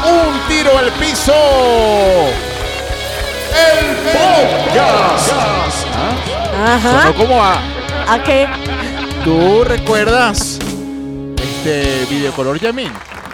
Un Tiro al Piso, el podcast. Ajá. Sonó como a... ¿A qué? ¿Tú recuerdas Videocolor Yamin?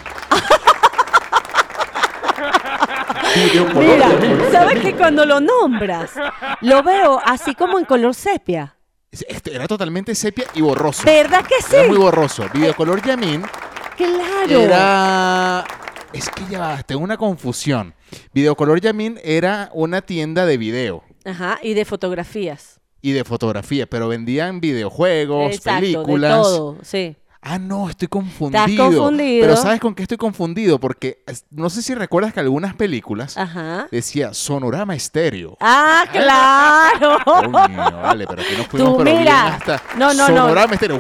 Mira, ¿sabes que cuando lo nombras, lo veo así como en color sepia? Era totalmente sepia y borroso. ¿Verdad que sí? Era muy borroso. Videocolor Yamin Claro. era... Es que ya va, tengo una confusión. Videocolor Yamin era una tienda de video Ajá, y de fotografías. y de fotografía, pero vendían videojuegos, Exacto, películas. de todo, sí. Ah, no, estoy confundido. ¿Estás confundido? Pero ¿sabes con qué estoy confundido? Porque no sé si recuerdas que algunas películas Ajá. decía Sonorama Estéreo. Ah, claro. Coño, vale, pero aquí nos fuimos Tú pero bien mira. hasta No. Sonorama Estéreo.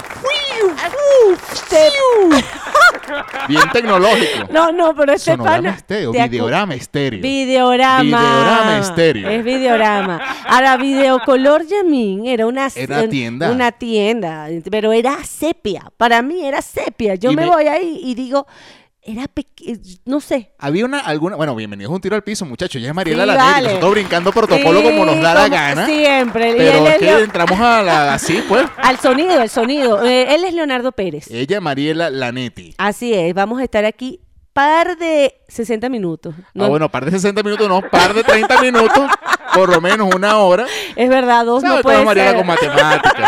Bien tecnológico. No, pero este Sonorama pana... Estéreo, te acu- Videorama Estéreo. Videorama. Videorama Estéreo. Es Videorama. Ahora, Videocolor Yamin era una tienda. Una tienda, pero era sepia. Para mí era sepia. Yo me voy ahí y digo, era no sé. Había alguna... Bueno, bienvenidos a Un Tiro al Piso, muchachos. Ya es Mariela Sí, Lanetti. vale. Nosotros brincando protocolo Sí, como nos da la como gana. siempre. Y Pero él es que entramos así, pues. al sonido, el sonido. Él es Leonardo Pérez. Ella, Mariela Lanetti. Así es, vamos a estar aquí par de 60 minutos. No, Bueno, par de 60 minutos, no, par de 30 minutos, por lo menos una hora. es verdad, dos ¿Sabes no cómo puede es Mariela ser. con matemáticas?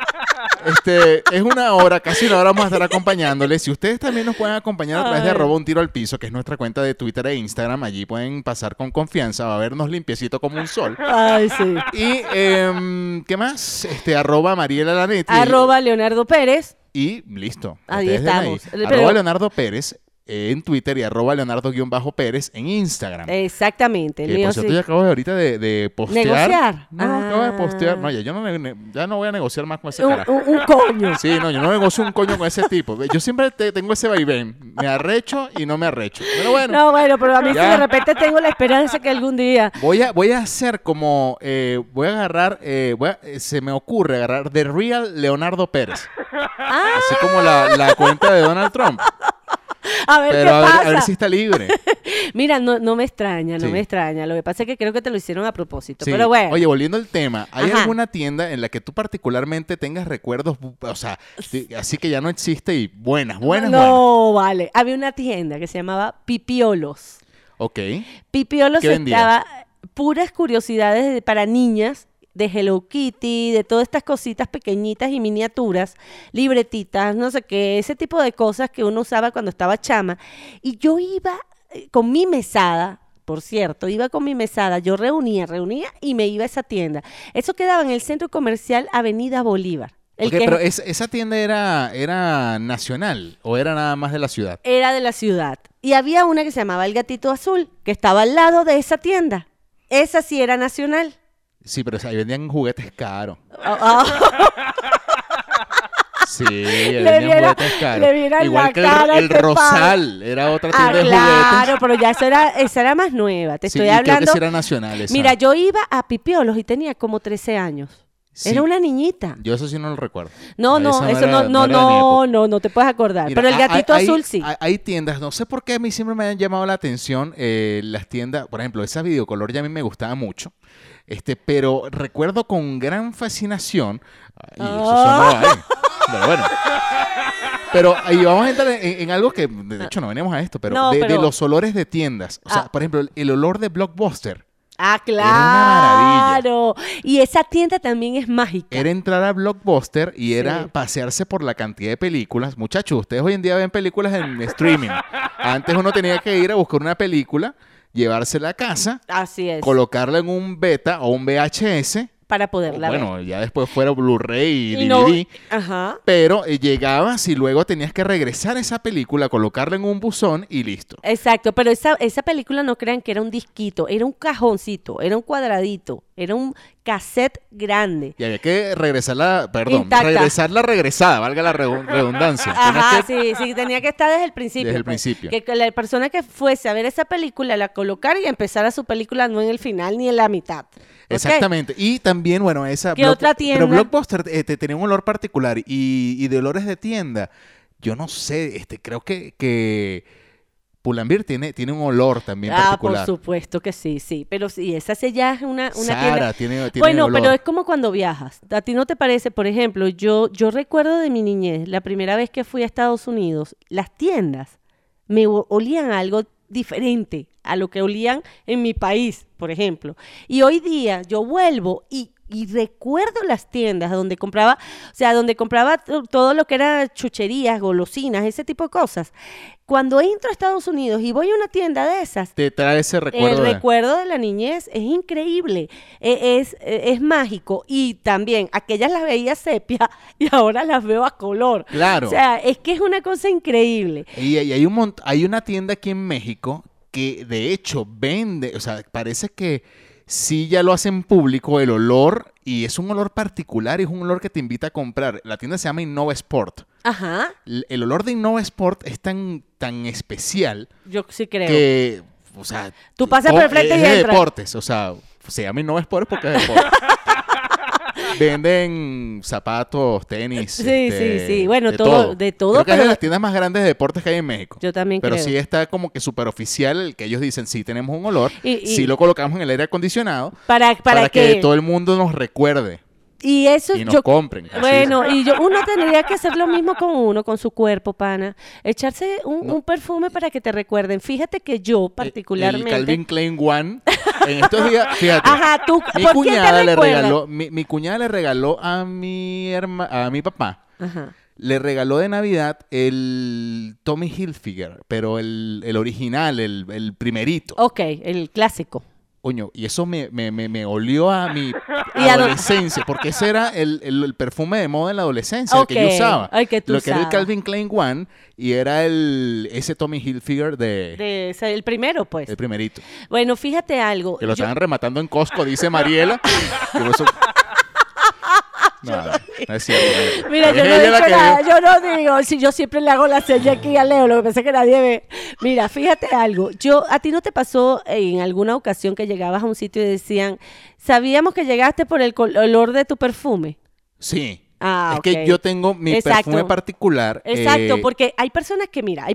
Es una hora, casi una hora vamos a estar acompañándoles. Si ustedes también nos pueden acompañar a través de Ay. @ Un Tiro al Piso, que es nuestra cuenta de Twitter e Instagram, allí pueden pasar con confianza, va a vernos limpiecito como un sol. Ay, sí. Y, ¿qué más? @ Mariela Lanetti. @ Leonardo Pérez. Y listo. Ahí Ustedes den estamos. ahí. Pero- @ Leonardo Pérez en Twitter y @ Leonardo_Pérez en Instagram. Exactamente. El Que mío por cierto, sí. yo acabo ahorita de postear. ¿Negociar? No, acabo de postear. Ah. No, ya no voy a negociar más con ese Un, carajo. un coño. Sí, no, yo no negocio un coño con ese tipo. Yo siempre tengo ese vaivén. Me arrecho y no me arrecho. Pero bueno, No, bueno, pero a mí sí Ya. de repente tengo la esperanza que algún día... voy a hacer como... voy a agarrar... se me ocurre agarrar The Real Leonardo Pérez. Así como la cuenta de Donald Trump. A ver Pero qué pasa. a ver si está libre. Mira, no me extraña, no Sí. me extraña. Lo que pasa es que creo que te lo hicieron a propósito. Sí. Pero bueno. Oye, volviendo al tema, ¿hay Ajá. alguna tienda en la que tú particularmente tengas recuerdos, o sea, así que ya no existe y buenas? No, vale. Había una tienda que se llamaba Pipiolos. Ok. Pipiolos ¿Qué vendía? estaba puras curiosidades para niñas, de Hello Kitty, de todas estas cositas pequeñitas y miniaturas, libretitas, no sé qué, ese tipo de cosas que uno usaba cuando estaba chama. Y yo iba con mi mesada, por cierto, yo reunía y me iba a esa tienda. Eso quedaba en el centro comercial Avenida Bolívar. Ok, pero esa tienda era nacional o era nada más de la ciudad. Era de la ciudad. Y había una que se llamaba El Gatito Azul, que estaba al lado de esa tienda. Esa sí era nacional. Sí, pero ahí vendían juguetes caros. Ah, Sí, ahí Le vendían viera- juguetes caros. le viera Igual la que cara el este Rosal era otra tienda de claro, juguetes. pero ya esa era más nueva. Te Sí, estoy y creo que hablando. sí era nacional esa. Mira, yo iba a Pipiolos y tenía como 13 años. Sí. Era una niñita. Yo eso sí no lo recuerdo. No, Esa eso era- no, era de mi época. no te puedes acordar. Mira, pero el Gatito Azul sí. Hay tiendas, no sé por qué a mí siempre me han llamado la atención las tiendas, por ejemplo, esa Videocolor ya a mí me gustaba mucho, pero recuerdo con gran fascinación, y eso sonó ahí, pero bueno. Pero ahí vamos a entrar en algo que, de hecho no venimos a esto, pero, No, de pero- los olores de tiendas. O sea, Ah. por ejemplo, el olor de Blockbuster. Ah, una maravilla. claro. Y esa tienda también es mágica. Era entrar a Blockbuster y era Sí. pasearse por la cantidad de películas. Muchachos, ustedes hoy en día ven películas en streaming. Antes uno tenía que ir a buscar una película, llevársela a casa, Así es. colocarla en un beta o un VHS. Para O poderla ver. bueno, ya después fuera Blu-ray y Y no- DVD. Ajá. Pero llegabas y luego tenías que regresar a esa película, colocarla en un buzón y listo. Exacto, pero esa película no crean que era un disquito, era un cajoncito, era un cuadradito, era un cassette grande. Y había que regresarla, perdón, Intacta. regresar la regresada, valga la redundancia. Ajá, Tenías que- sí, tenía que estar desde el principio. Desde el pues. principio. Que la persona que fuese a ver esa película la colocara y empezara su película no en el final ni en la mitad. ¿Ok? Exactamente. Y también, bueno, esa... ¿Qué otra tienda? Pero Blockbuster te tenía un olor particular. Y de olores de tienda, yo no sé, creo que Pull&Bear tiene un olor también Por particular. supuesto que sí, sí. Pero sí, esa sí ya es una Zara tienda. tiene Bueno, olor. pero es como cuando viajas. ¿A ti no te parece? Por ejemplo, yo recuerdo de mi niñez, la primera vez que fui a Estados Unidos, las tiendas me olían a algo diferente a lo que olían en mi país, por ejemplo. Y hoy día yo vuelvo y recuerdo las tiendas donde compraba, o sea, donde compraba todo lo que era chucherías, golosinas, ese tipo de cosas. Cuando entro a Estados Unidos y voy a una tienda de esas, Te trae ese el recuerdo. recuerdo de la niñez es increíble, es mágico. Y también aquellas las veía sepia y ahora las veo a color. Claro. O sea, es que es una cosa increíble. Y hay una tienda aquí en México que de hecho vende, o sea, parece que sí ya lo hacen público el olor y es un olor particular, es un olor que te invita a comprar. La tienda se llama Innova Sport. Ajá, El olor de Innova Sport es tan especial yo sí creo. que, o sea, Tú pasas por el frente es y de entras. deportes, o sea, se llama Innova Sport porque es deporte. Venden zapatos, tenis. Sí, sí. Bueno, todo, de todo, Creo que es pero de las tiendas más grandes de deportes que hay en México. yo también Pero creo. sí está como que súper oficial el que ellos dicen, sí tenemos un olor, Y- sí lo colocamos en el aire acondicionado para que que todo el mundo nos recuerde y eso y nos compren. Así bueno, uno tendría que hacer lo mismo con su cuerpo, pana. Echarse un perfume para que te recuerden. Fíjate que yo El particularmente. Calvin Klein One, en estos días, fíjate, Ajá, tú, mi ¿por quién te cuñada le recuerda? regaló, mi cuñada le regaló a mi papá, Ajá. le regaló de Navidad el Tommy Hilfiger, pero el original, el primerito. Ok, el clásico. Coño, y eso me olió a mi Y a adolescencia, porque ese era el perfume de moda en la adolescencia, el que yo Ok, usaba. el que tú Lo que era el usabas. Calvin Klein One y era ese Tommy Hilfiger El primero, pues. el primerito. Bueno, fíjate algo. Que lo yo- estaban rematando en Costco, dice Mariela. Que por eso- No, no es cierto. Mira, Es yo no he ella la dicho que nada, yo no digo, si yo siempre le hago la seña aquí a Leo, lo que pasa es que nadie ve. Mira, fíjate algo, ¿a ti no te pasó en alguna ocasión que llegabas a un sitio y decían, sabíamos que llegaste por el olor de tu perfume? Sí. Ah, es que ok. yo tengo mi Exacto. perfume particular. Exacto, porque hay personas que, mira,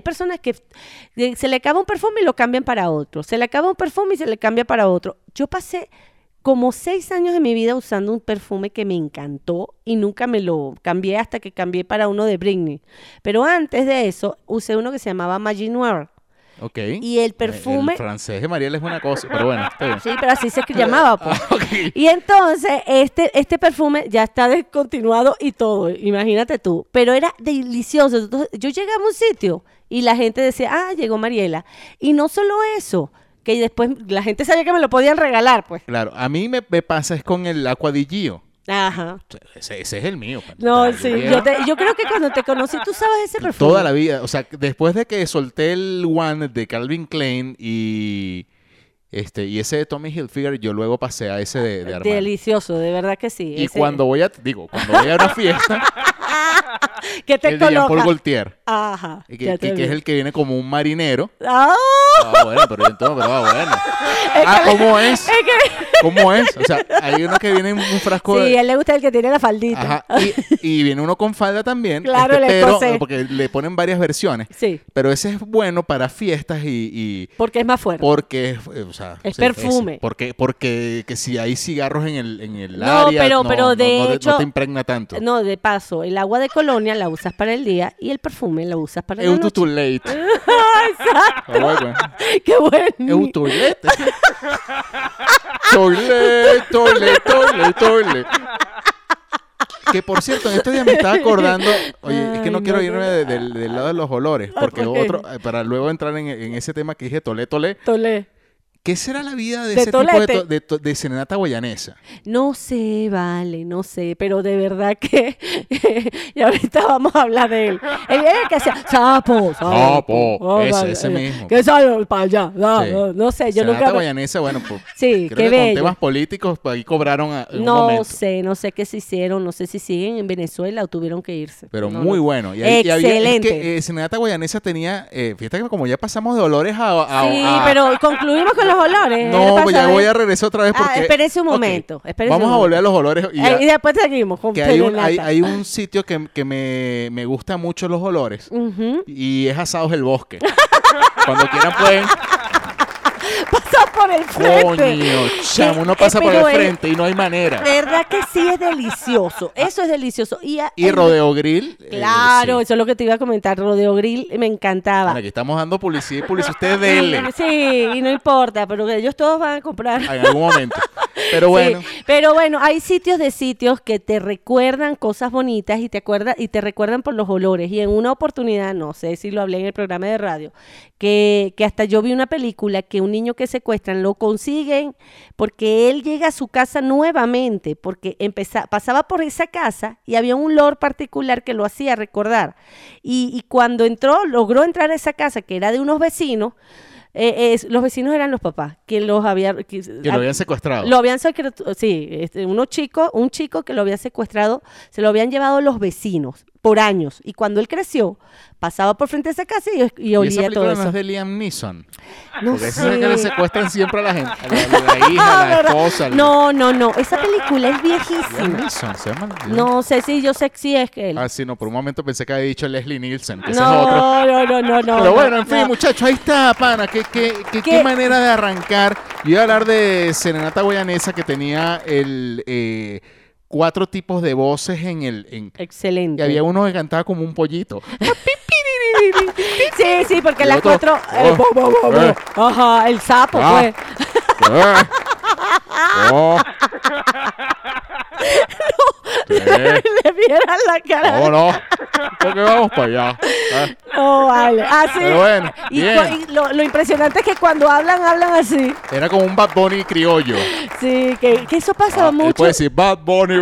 se le acaba un perfume y lo cambian para otro, se le acaba un perfume y se le cambia para otro. Yo pasé como 6 años de mi vida usando un perfume que me encantó y nunca me lo cambié hasta que cambié para uno de Britney. Pero antes de eso, usé uno que se llamaba Magie Noir. Ok. Y el perfume... El francés de Mariela es una cosa, pero bueno, está bien. Sí, pero así se llamaba, pues. Ok. Y entonces, este perfume ya está descontinuado y todo, imagínate tú. Pero era delicioso. Entonces, yo llegaba a un sitio y la gente decía, ah, llegó Mariela. Y no solo eso, que después la gente sabía que me lo podían regalar, pues. Claro, a mí me pasa es con el Aqua di Gio. Ajá. Ese es el mío. No, Yo sí, llevo yo creo que cuando te conocí tú sabes ese perfume. toda la vida. O sea, después de que solté el One de Calvin Klein y ese de Tommy Hilfiger, yo luego pasé a ese de Armani. Delicioso, de verdad que sí. Y ese- cuando voy a una fiesta, ¿Qué te el de Jean-Paul coloca? Gaultier, Ajá. que ya te es vi. el que viene como un marinero. ¡Ah! Ah, bueno, pero entonces, bueno. Ah, ¿cómo es? ¿Cómo es? O sea, hay uno que viene en un frasco Sí, de... a él le gusta el que tiene la faldita. Ajá, y viene uno con falda también. Claro, el pero escocés. porque le ponen varias versiones. Sí, Pero ese es bueno para fiestas y porque es más fuerte. porque, o sea, Es sí, perfume. ese. Porque que si hay cigarros en el No, área, pero de no hecho- te impregna tanto. No, de paso, el agua de colonia la usas para el día y el perfume la usas para la Es noche. too late. Exacto. Ah, bueno. Qué bueno. Es toilet. Toilet. Que por cierto, en estos días me estaba acordando, oye, es que Ay, no quiero no, irme no. del lado de los olores, Ay, porque ¿por qué? para luego entrar en ese tema que dije, tole. Tolé. ¿Qué será la vida de De ese tipo tolete. de serenata guayanesa? No sé, vale, no sé, pero de verdad que y ahorita vamos a hablar de él. Él era el que hacía sapo. Sapo, ese mismo. Que sale para allá. Sí. No sé, yo Serenata nunca. guayanesa, bueno, pues Sí, creo qué que con bello. temas políticos, pues ahí cobraron en un No momento. sé, no sé qué se hicieron, no sé si siguen en Venezuela o tuvieron que irse. Pero No, muy no. bueno. Y había, es Excelente. que Serenata Guayanesa tenía, fíjate que como ya pasamos de olores Sí, pero concluimos con los olores. No, Era pues para ya saber- voy a regresar otra vez porque... espérese un Ok, momento. espérese Vamos un a volver a momento. los olores. Y Y después seguimos con que hay serenata. hay un sitio que me gusta mucho los olores Ujú. y es Asados el Bosque. Cuando quieran pueden. Pasa por el frente. Coño, chamo, uno pasa por pero el frente y no hay manera. ¿Verdad que sí es delicioso? Eso es delicioso. Y Rodeo Grill. Claro, sí. eso es lo que te iba a comentar. Rodeo Grill me encantaba. Bueno, aquí estamos dando publicidad y publicidad. Ustedes denle Sí, y no importa, pero ellos todos van a comprar. en algún momento. Pero bueno. Sí, pero bueno, hay sitios que te recuerdan cosas bonitas y te recuerdan por los olores. Y en una oportunidad, no sé si lo hablé en el programa de radio, que hasta yo vi una película que un niño que secuestran lo consiguen porque él llega a su casa nuevamente, porque pasaba por esa casa y había un olor particular que lo hacía recordar. Y cuando logró entrar a esa casa, que era de unos vecinos, los vecinos eran los papás, que lo habían secuestrado. Lo habían secuestrado, sí, un chico que lo había secuestrado, se lo habían llevado los vecinos por años. Y cuando él creció, pasaba por frente de esa casa y olía todo eso. ¿No es de Liam Neeson? No Porque sé. es que le secuestran siempre a la gente, a la hija, a la esposa. No, esa película es Liam viejísima. Neeson, ¿se llama? No sé si yo sé si es que él. Ah, sí, no, por un momento pensé que había dicho Leslie Nielsen, que ese es No. otro. Pero bueno, en fin, muchachos, ahí está, pana. ¿Qué manera de arrancar? Yo iba a hablar de Serenata Guayanesa, que tenía 4 tipos de voces Excelente. y había uno que cantaba como un pollito. Sí, porque Y las otro, 4... Ajá, el sapo, pues. Le vieran la cara. No, porque vamos para allá. No, vale. Así. Pero bueno, Y bien. lo impresionante es que cuando hablan así. Era como un Bad Bunny criollo. Sí, que eso pasaba Él mucho. puede decir Bad Bunny,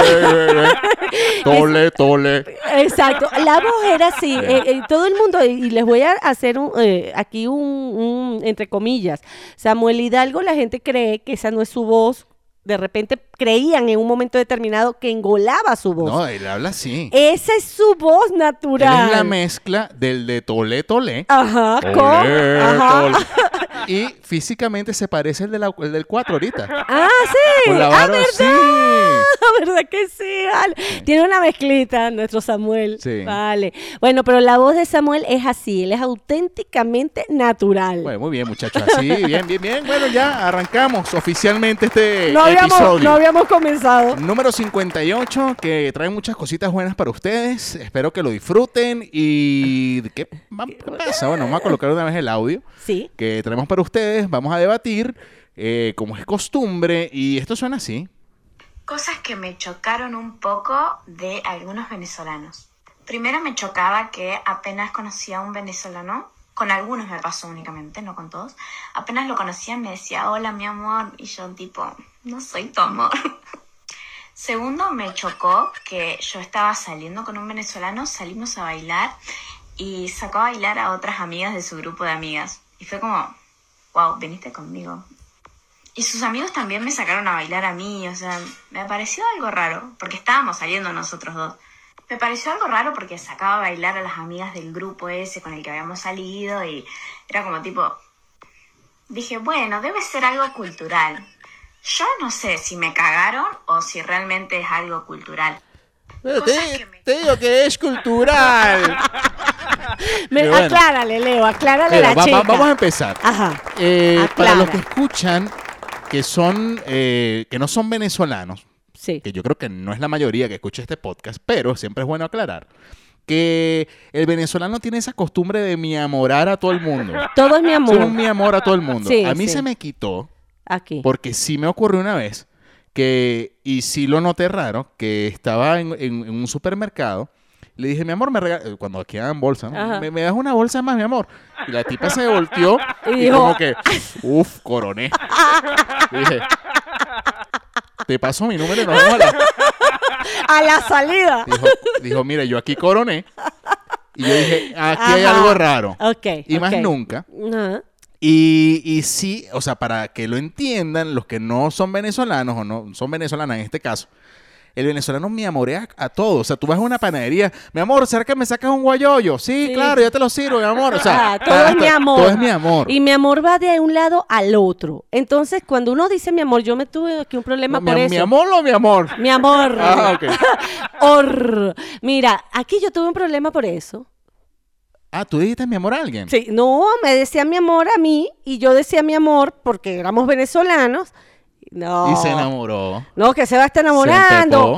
tole. Exacto, la voz era así, todo el mundo, y les voy a hacer aquí un entre comillas, Samuel Hidalgo, la gente cree que esa no es su voz, de repente creían en un momento determinado que engolaba su voz. No, él habla así. Esa es su voz natural. Él es la mezcla del de tole. Ajá, Olé, ajá. tole. Y físicamente se parece el del 4 ahorita. Ah, sí. Con la barba, sí. ¿Verdad que sí? Vale. Tiene una mezclita nuestro Samuel. Sí. Vale. Bueno, pero la voz de Samuel es así, él es auténticamente natural. Bueno, muy bien, muchachos. Así, bien. Bueno, ya arrancamos oficialmente este No episodio. habíamos comenzado. Número 58, que trae muchas cositas buenas para ustedes. Espero que lo disfruten. ¿Y qué pasa? Bueno, vamos a colocar una vez el audio Sí. que traemos para ustedes. Vamos a debatir, como es costumbre. Y esto suena así. Cosas que me chocaron un poco de algunos venezolanos. Primero me chocaba que apenas conocía a un venezolano, con algunos me pasó únicamente, no con todos, apenas lo conocía me decía, hola mi amor, y yo tipo, no soy tu amor. Segundo, me chocó que yo estaba saliendo con un venezolano, salimos a bailar y sacó a bailar a otras amigas de su grupo de amigas. Y fue como, wow, viniste conmigo. Y sus amigos también me sacaron a bailar a mí, o sea, me pareció algo raro, porque estábamos saliendo nosotros dos. Me pareció algo raro porque sacaba a bailar a las amigas del grupo ese con el que habíamos salido y era como tipo... Dije, bueno, debe ser algo cultural. Yo no sé si me cagaron o si realmente es algo cultural. Te digo que es cultural. Bueno. Aclárale, Leo, aclárale Mira, la chica. vamos a empezar. Ajá. Para los que escuchan que no son venezolanos, Sí. que yo creo que no es la mayoría que escucha este podcast, pero siempre es bueno aclarar que el venezolano tiene esa costumbre de mi amorar a todo el mundo. Todo es mi amor. Son un mi amor a todo el mundo. Sí, a mí sí. se me quitó Aquí. porque sí me ocurrió una vez y sí lo noté raro, que estaba en un supermercado. Le dije, mi amor, cuando aquí dan bolsa, ¿no? ¿Me das una bolsa más, mi amor? Y la tipa se volteó y dijo, como que, coroné. Y dije, te paso mi número y nos vemos a la salida. Dijo, mira, yo aquí coroné. Y yo dije, aquí hay Ajá. algo raro. Ok. Y más ok. nunca. Ajá. Y sí, o sea, para que lo entiendan, los que no son venezolanos o no son venezolanas en este caso, el venezolano me amorea a todo. O sea, tú vas a una panadería, mi amor, ¿será que me sacas un guayoyo? Sí, claro, ya te lo sirvo, mi amor. O sea, todo es mi amor. Todo es mi amor. Y mi amor va de un lado al otro. Entonces, cuando uno dice mi amor, yo me tuve aquí un problema No, por eso. ¿Mi amor o mi amor? Mi amor. Ah, ok. Mira, aquí yo tuve un problema por eso. Ah, ¿tú dijiste mi amor a alguien? Sí, no, me decía mi amor a mí y yo decía mi amor porque éramos venezolanos. No. Y se enamoró. No, que se va a estar enamorando.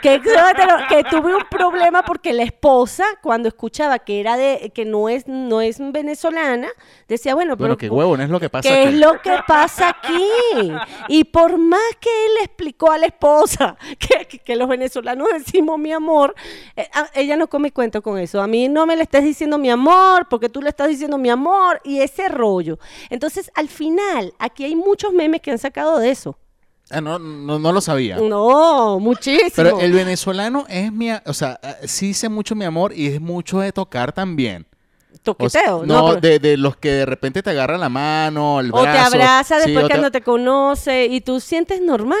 Que tuve un problema porque la esposa, cuando escuchaba que era que no es venezolana, decía, bueno, Bueno, qué huevo, no es lo que pasa ¿qué aquí. es lo que pasa aquí? Y por más que él le explicó a la esposa que los venezolanos decimos mi amor, ella no come cuento con eso. A mí no me le estés diciendo mi amor, porque tú le estás diciendo mi amor, y ese rollo. Entonces, al final, aquí hay muchos memes que han sacado de eso. Ah, no lo sabía. No, muchísimo. Pero el venezolano es o sea, sí dice mucho mi amor y es mucho de tocar también. Toqueteo. O sea, no, pero- de los que de repente te agarran la mano, el O brazo. te abraza sí, después o que no te conoce y tú sientes normal,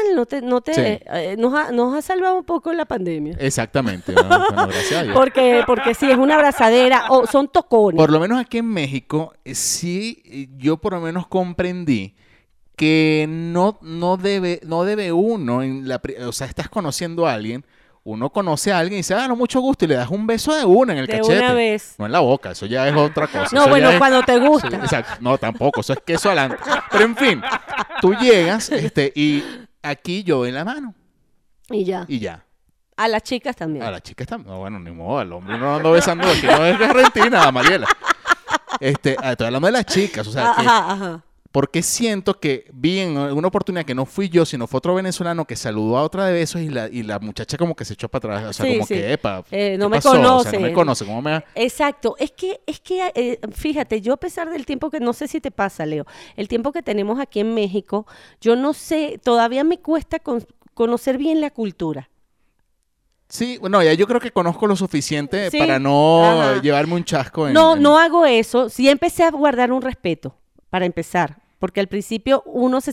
Sí. nos ha salvado un poco en la pandemia. Exactamente. ¿no? Bueno, gracias a Dios. Porque sí, es una abrazadera o son tocones. Por lo menos aquí en México, sí, yo por lo menos comprendí que no debe uno, o sea, estás conociendo a alguien, uno conoce a alguien y dice, no, mucho gusto, y le das un beso de una en el De cachete. una vez. No en la boca, eso ya es otra cosa. No, Eso bueno, ya es- cuando te gusta. Sí, exacto. No, tampoco, eso es queso adelante. Pero en fin, tú llegas, y aquí yo en la mano, Y ya. y ya. A las chicas también. A la chica está, no, bueno, ni modo, al hombre no ando besando aquí, no es de Argentina, Mariela. Estoy hablando de las chicas, o sea, que Ajá. porque siento que vi en una oportunidad que no fui yo, sino fue otro venezolano que saludó a otra de besos y la muchacha como que se echó para atrás. O sea, Sí, como sí. que, epa, No ¿qué me pasó? O sea, conoce. no me conoce, ¿cómo me va? Exacto, es que fíjate, yo a pesar del tiempo que no sé si te pasa, Leo, el tiempo que tenemos aquí en México, yo no sé, todavía me cuesta conocer bien la cultura. Sí, bueno, ya yo creo que conozco lo suficiente Sí. para no Ajá. llevarme un chasco en... No hago eso, sí empecé a guardar un respeto, para empezar, porque al principio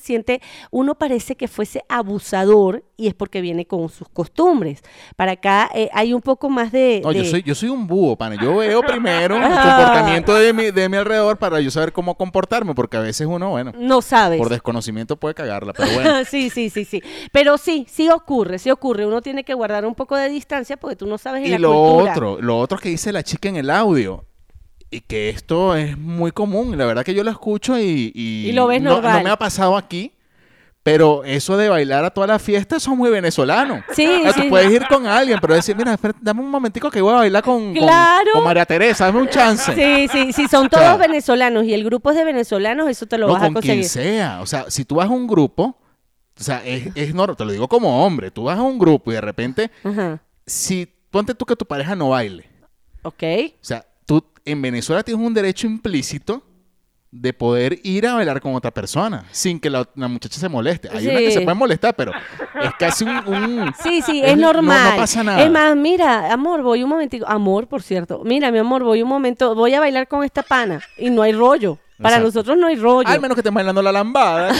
uno parece que fuese abusador y es porque viene con sus costumbres. Para acá hay un poco más de... No, yo soy un búho, pana. Yo veo primero el Ah. comportamiento de mi alrededor para yo saber cómo comportarme, porque a veces uno, bueno, No sabes. por desconocimiento puede cagarla, pero bueno. Sí. Pero sí ocurre. Uno tiene que guardar un poco de distancia porque tú no sabes en Y la lo cultura. otro que dice la chica en el audio, y que esto es muy común, la verdad que yo lo escucho y lo ves no normal. me ha pasado aquí, pero eso de bailar a toda la fiesta, eso es muy venezolano. Sí, O sea, sí. tú puedes ir con alguien, pero decir, mira, espera, dame un momentico que voy a bailar Claro. con María Teresa, dame un chance. Sí, son todos sea, venezolanos y el grupo es de venezolanos, eso te lo No, vas a con quien conseguir. sea. O sea, si tú vas a un grupo, o sea, es normal, te lo digo como hombre, tú vas a un grupo y de repente, Ajá. ponte tú que tu pareja no baile. Ok. O sea, tú en Venezuela tienes un derecho implícito de poder ir a bailar con otra persona sin que la muchacha se moleste. Hay una que Sí. se puede molestar, pero es casi un Sí, es normal. No pasa nada. Es más, mira, amor, voy un momentico. Amor, por cierto. Mira, mi amor, voy un momento. Voy a bailar con esta pana. Y no hay rollo. Para Exacto. nosotros no hay rollo. Al menos que estés bailando la lambada.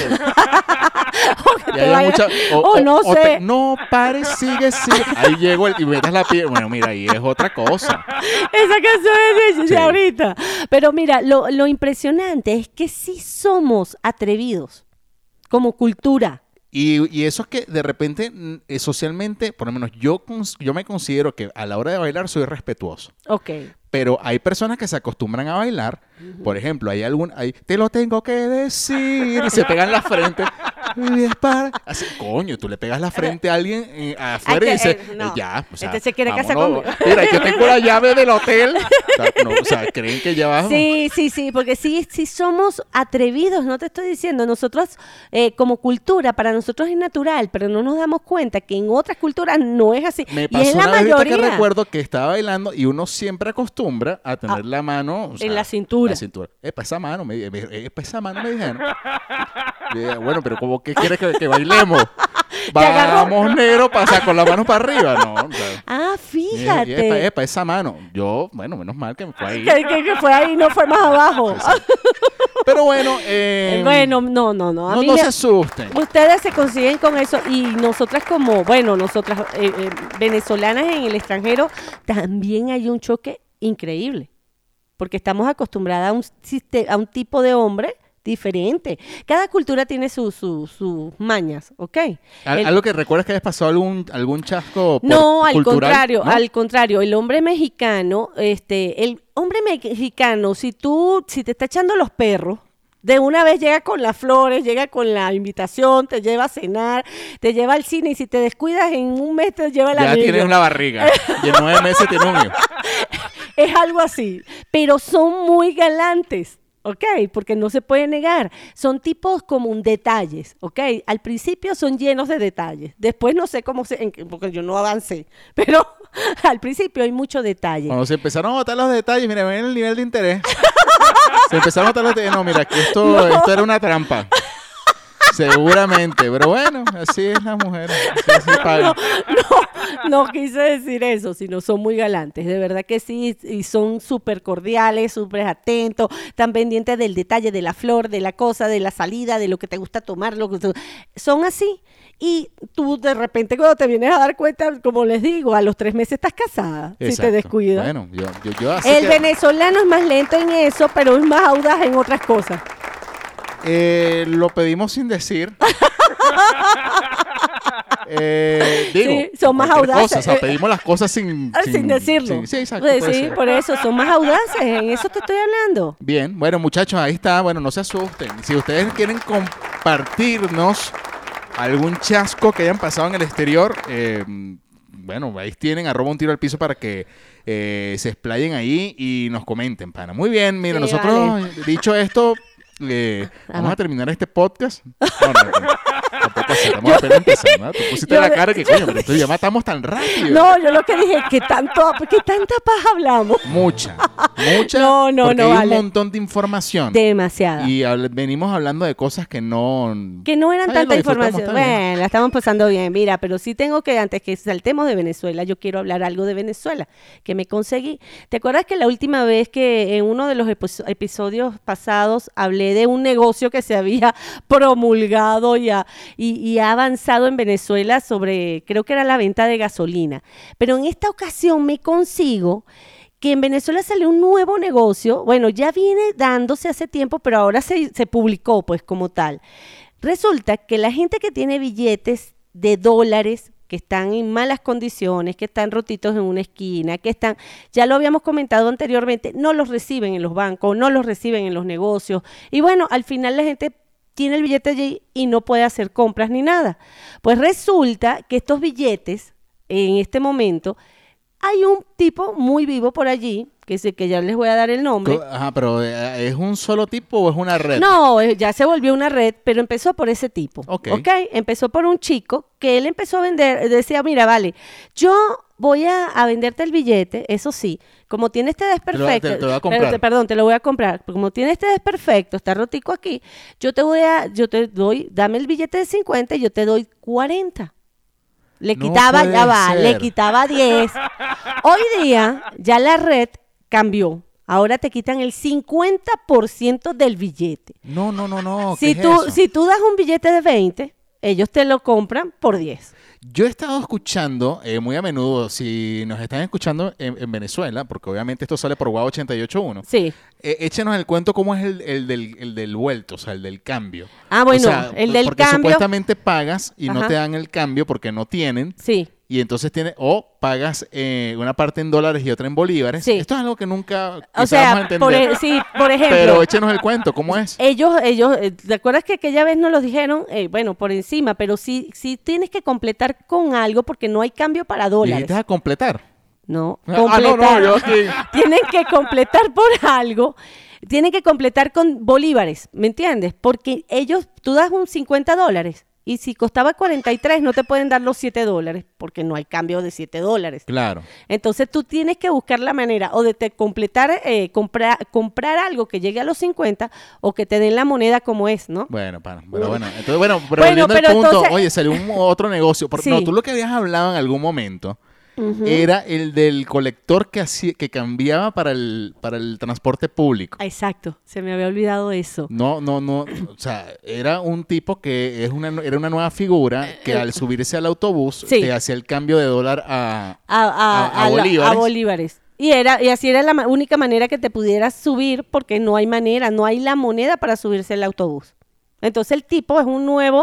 Que Y te haya vaya- mucha- no sé. no pares, sigue. Ahí llego y metes la piel. Bueno, mira, ahí es otra cosa. Esa canción es de Sí. ahorita. Pero mira, lo impresionante es que sí somos atrevidos como cultura. Y eso es que de repente, socialmente, por lo menos yo me considero que a la hora de bailar soy respetuoso. Ok. Pero hay personas que se acostumbran a bailar. Por ejemplo, te lo tengo que decir. Y se pegan la frente. Y es así, coño, tú le pegas la frente a alguien afuera y dices, no. ya, o sea, Este se quiere casar vámonos. conmigo. Mira, yo tengo la llave del hotel. O sea, creen que ya vas. Sí, porque sí somos atrevidos, no te estoy diciendo. Nosotros, como cultura, para nosotros es natural, pero no nos damos cuenta que en otras culturas no es así. Me Y es pasó la una vez ahorita mayoría. que recuerdo que estaba bailando y uno siempre acostumbra a tener la mano, o sea, en la cintura. Epa, esa mano me dijeron. Y dije, bueno, pero ¿cómo que quieres que bailemos? agarró. Vamos, negro, pasa con la mano para arriba, ¿no? O sea, Ah, y fíjate. epa, esa mano. Yo, bueno, menos mal que me fue ahí. Que fue ahí, no fue más abajo. Pero bueno, Bueno, no. A no, mí no me- se asusten. Ustedes se consiguen con eso y nosotras nosotras venezolanas en el extranjero, también hay un choque increíble, porque estamos acostumbradas a un tipo de hombre diferente. Cada cultura tiene sus mañas, ¿ok? ¿Algo que recuerdas que hayas pasado algún chasco No, al cultural? contrario, ¿No? al contrario. El hombre mexicano, si te está echando los perros, de una vez llega con las flores, llega con la invitación, te lleva a cenar, te lleva al cine y si te descuidas en un mes te lleva la Ya tienes una barriga y en 9 meses tienes un hijo. Es algo así, pero son muy galantes. ¿Ok? Porque no se puede negar. Son tipos como detalles, ¿ok? Al principio son llenos de detalles. Después no sé porque yo no avancé. Pero al principio hay mucho detalle. Cuando se empezaron a botar los detalles, mira, ven el nivel de interés. Se empezaron a botar los detalles. No, mira, que esto era una trampa. Seguramente, pero bueno, así es la mujer. Así pagan. No quise decir eso, sino son muy galantes, de verdad que sí, y son súper cordiales, súper atentos, tan pendientes del detalle, de la flor, de la cosa, de la salida, de lo que te gusta tomar, son así. Y tú de repente cuando te vienes a dar cuenta, como les digo, a los 3 meses estás casada, si te descuidas. Bueno, yo así El venezolano es más lento en eso, pero es más audaz en otras cosas. Lo pedimos sin decir. Sí, son más audaces. O sea, pedimos las cosas sin decirlo. sí, exacto. Sí, por eso, son más audaces. En eso te estoy hablando. Bien, bueno, muchachos, ahí está. Bueno, no se asusten. Si ustedes quieren compartirnos algún chasco que hayan pasado en el exterior, bueno, ahí tienen @untiro-al-piso para que se explayen ahí y nos comenten, pana. Muy bien, mira, Sí, nosotros, vale. dicho esto, vamos a terminar este podcast. No, tampoco así, estamos apenas empezando, ¿no? Tú pusiste la cara que, coño, pero ya matamos tan rápido. No, yo lo que dije, ¿qué tanta paja hablamos? Mucha. No, porque hay vale. un montón de información. Demasiada. Y venimos hablando de cosas que no eran Ay, tanta lo disfrutamos, información. está bien. Bueno, la estamos pasando bien. Mira, pero sí tengo que, antes que saltemos de Venezuela, yo quiero hablar algo de Venezuela, que me conseguí. ¿Te acuerdas que la última vez que en uno de los episodios pasados hablé de un negocio que se había promulgado y ha avanzado en Venezuela sobre, creo que era la venta de gasolina? Pero en esta ocasión me consigo que en Venezuela salió un nuevo negocio, bueno, ya viene dándose hace tiempo, pero ahora se publicó pues como tal. Resulta que la gente que tiene billetes de dólares, que están en malas condiciones, que están rotitos en una esquina, que están, ya lo habíamos comentado anteriormente, no los reciben en los bancos, no los reciben en los negocios. Y bueno, al final la gente tiene el billete allí y no puede hacer compras ni nada. Pues resulta que estos billetes, en este momento, hay un tipo muy vivo por allí, que ya les voy a dar el nombre. Ajá, pero ¿es un solo tipo o es una red? No, ya se volvió una red, pero empezó por ese tipo. Ok. Empezó por un chico que él empezó a vender, decía, mira, vale, yo voy a venderte el billete, eso sí, como tiene este desperfecto, Te lo voy a comprar. perdón, te lo voy a comprar, como tiene este desperfecto, está rotico aquí, yo te doy, dame el billete de 50 y yo te doy 40. Le No quitaba, puede ya va, ser. le quitaba 10. Hoy día ya la red cambió. Ahora te quitan el 50% del billete. No. Si ¿qué es eso? si tú das un billete de 20, ellos te lo compran por 10. Yo he estado escuchando muy a menudo, si nos están escuchando en Venezuela, porque obviamente esto sale por Guau 881, Sí. échenos el cuento cómo es el del vuelto, o sea, el del cambio. Ah, bueno, O sea, el del porque cambio. supuestamente pagas y no Ajá. te dan el cambio porque no tienen. Sí. Y entonces o pagas una parte en dólares y otra en bolívares. Sí. Esto es algo que nunca O quizás sea, vamos a entender. por ejemplo. Pero échenos el cuento, ¿cómo es? Ellos, ¿te acuerdas que aquella vez nos los dijeron? Bueno, por encima, pero sí tienes que completar con algo porque no hay cambio para dólares. ¿Dijiste a completar? No, No, yo aquí. Tienen que completar por algo, tienen que completar con bolívares, ¿me entiendes? Porque tú das un $50 y si costaba 43 no te pueden dar los $7 porque no hay cambio de $7. Claro. Entonces tú tienes que buscar la manera o de completar, comprar algo que llegue a los 50 o que te den la moneda como es, ¿no? Bueno, pero bueno. Entonces, pero Bueno, volviendo al pero punto, entonces- oye, salió otro negocio. Sí. No, tú lo que habías hablado en algún momento era el del colector que cambiaba para el transporte público. Exacto, se me había olvidado eso. No, o sea, era un tipo que era una nueva figura que al subirse al autobús Sí. te hacía el cambio de dólar a A bolívares. bolívares. Y así era la única manera que te pudieras subir porque no hay la moneda para subirse al autobús. Entonces el tipo es un nuevo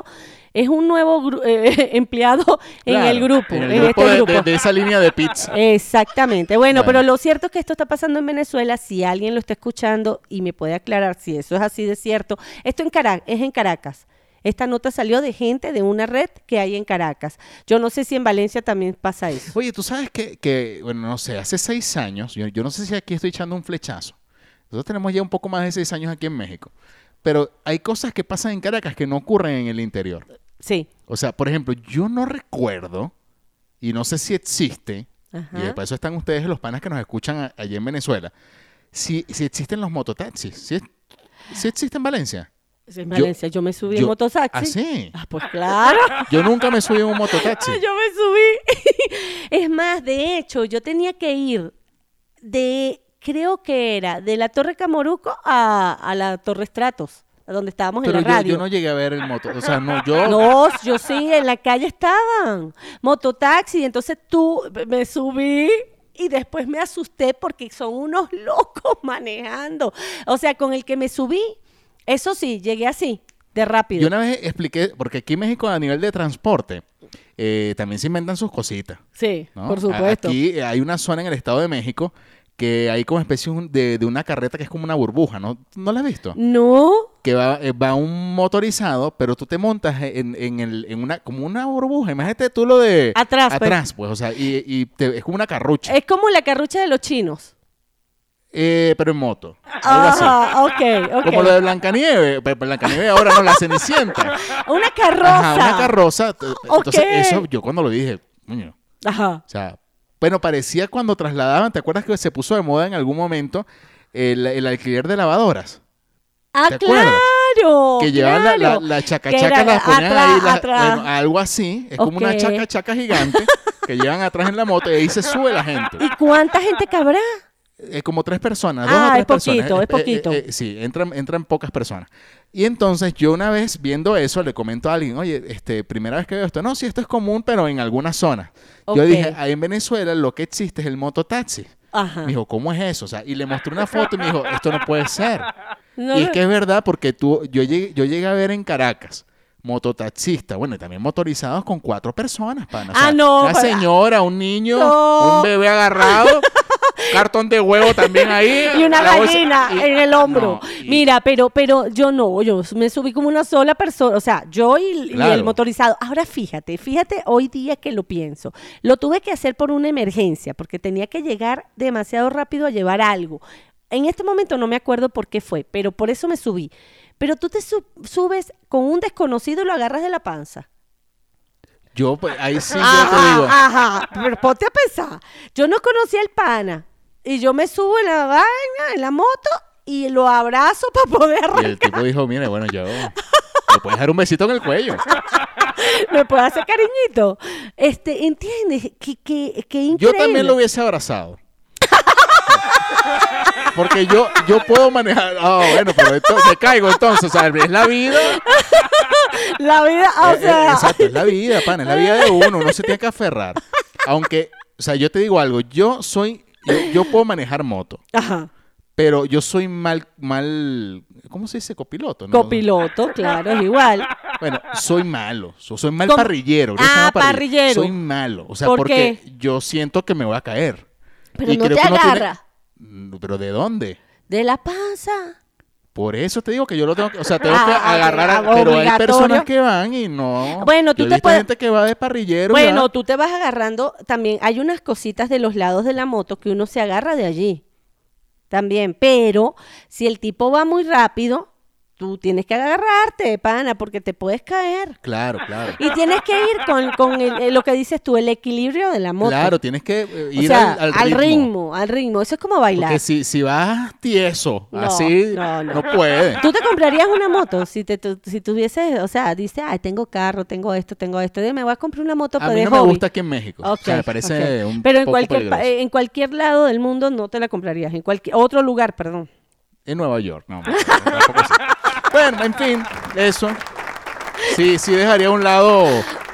empleado en el grupo. En el grupo de esa línea de pizza. Exactamente. Bueno, pero lo cierto es que esto está pasando en Venezuela. Si alguien lo está escuchando y me puede aclarar si eso es así de cierto. Esto es en Caracas. Esta nota salió de gente de una red que hay en Caracas. Yo no sé si en Valencia también pasa eso. Oye, tú sabes que bueno, no sé, hace 6 años, yo no sé si aquí estoy echando un flechazo. Nosotros tenemos ya un poco más de 6 años aquí en México. Pero hay cosas que pasan en Caracas que no ocurren en el interior. Sí. O sea, por ejemplo, yo no recuerdo, y no sé si existe, y para eso están ustedes los panas que nos escuchan allá en Venezuela, si existen los mototaxis. ¿Sí existe en Valencia? En Valencia yo me subí en mototaxi. ¿Ah, sí? Ah, pues claro. Yo nunca me subí en un mototaxi. Yo me subí. Es más, de hecho, yo tenía que ir creo que era de la Torre Camoruco a la Torre Estratos, donde estábamos en la radio. Yo no llegué a ver el moto, o sea, no, yo... No, yo sí, en la calle estaban mototaxi, entonces me subí y después me asusté porque son unos locos manejando. O sea, con el que me subí, eso sí, llegué así, de rápido. Yo una vez expliqué, porque aquí en México a nivel de transporte también se inventan sus cositas. Sí, ¿no? por supuesto. Aquí hay una zona en el Estado de México que hay como especie de una carreta que es como una burbuja, ¿no? ¿No la has visto? No. Que va un motorizado, pero tú te montas como una burbuja. Imagínate tú lo de... Atrás, pues. O sea, es como una carrucha. Es como la carrucha de los chinos. Pero en moto. Algo así. Ok. Como lo de Blancanieves. Pero Blancanieves ahora no, la Cenicienta. Una carroza. Ajá, una carroza. Entonces, Ok. eso yo cuando lo dije, coño. Ajá. O sea, bueno, parecía cuando trasladaban, ¿te acuerdas que se puso de moda en algún momento el alquiler de lavadoras? Ah, ¿Te acuerdas? claro. Que llevaban la chaca-chaca, las ponían atrás. Bueno, algo así. Es como una chaca-chaca gigante que llevan atrás en la moto y ahí se sube la gente. ¿Y cuánta gente cabrá? Como 3 personas, 2 o 3 personas. Es poquito. Sí, entran pocas personas. Y entonces yo una vez viendo eso le comento a alguien, oye, primera vez que veo esto. No, sí, esto es común, pero en algunas zonas. Yo dije, ahí en Venezuela lo que existe es el mototaxi. Ajá. Me dijo, ¿cómo es eso? O sea, y le mostré una foto y me dijo, esto no puede ser. No, Y es que es verdad porque yo llegué a ver en Caracas mototaxistas, bueno, y también motorizados con 4 personas, pana. O sea, una señora, un niño, un bebé agarrado, cartón de huevo también ahí. Y una gallina en el hombro. No, Mira, pero yo me subí como una sola persona, o sea, yo y el motorizado. Ahora fíjate hoy día que lo pienso. Lo tuve que hacer por una emergencia, porque tenía que llegar demasiado rápido a llevar algo. En este momento no me acuerdo por qué fue, pero por eso me subí. Pero tú te subes con un desconocido y lo agarras de la panza. Yo, pues, ahí sí yo te digo. Ajá, pero ponte a pensar. Yo no conocía al pana y yo me subo en la vaina, en la moto y lo abrazo para poder arrancar. Y el tipo dijo, mire, bueno, yo le puedes dar un besito en el cuello. ¿Me puede hacer cariñito? ¿Entiendes? Qué increíble. Yo también lo hubiese abrazado. Porque yo puedo manejar. Bueno, pero me caigo entonces. O sea, es la vida. La vida, o sea. Exacto, es la vida, pana. Es la vida de uno. Uno se tiene que aferrar. Aunque, o sea, yo te digo algo. Yo puedo manejar moto. Ajá. Pero yo soy mal, ¿cómo se dice? Copiloto, ¿no? Copiloto, claro, es igual. Bueno, soy malo. Soy mal parrillero. Parrillero. Soy malo. O sea, ¿Por porque qué? yo siento que me voy a caer. Pero no te agarra. ¿Pero de dónde? De la panza. Por eso te digo que yo lo tengo que... O sea, tengo que agarrar... Pero hay personas que van y no... Bueno, tú yo he te visto puedes... gente que va de parrillero. Bueno, ya. tú te vas agarrando... También hay unas cositas de los lados de la moto que uno se agarra de allí. También. Pero si el tipo va muy rápido... Tú tienes que agarrarte, pana, porque te puedes caer. Claro. Y tienes que ir con lo que dices tú, el equilibrio de la moto. Claro, tienes que ir o sea, al ritmo. Al ritmo. Eso es como bailar. Porque si vas tieso, No, así, no. no puedes. ¿Tú te comprarías una moto si tuvieses, o sea, dices, tengo carro, tengo esto, me voy a comprar una moto para A mí no me gusta aquí en México. O sea, me parece un Pero poco peligroso. en cualquier lado del mundo no te la comprarías. En cualquier otro lugar, perdón. En Nueva York, no. Tampoco así. Bueno, en fin, eso. Sí, dejaría a un lado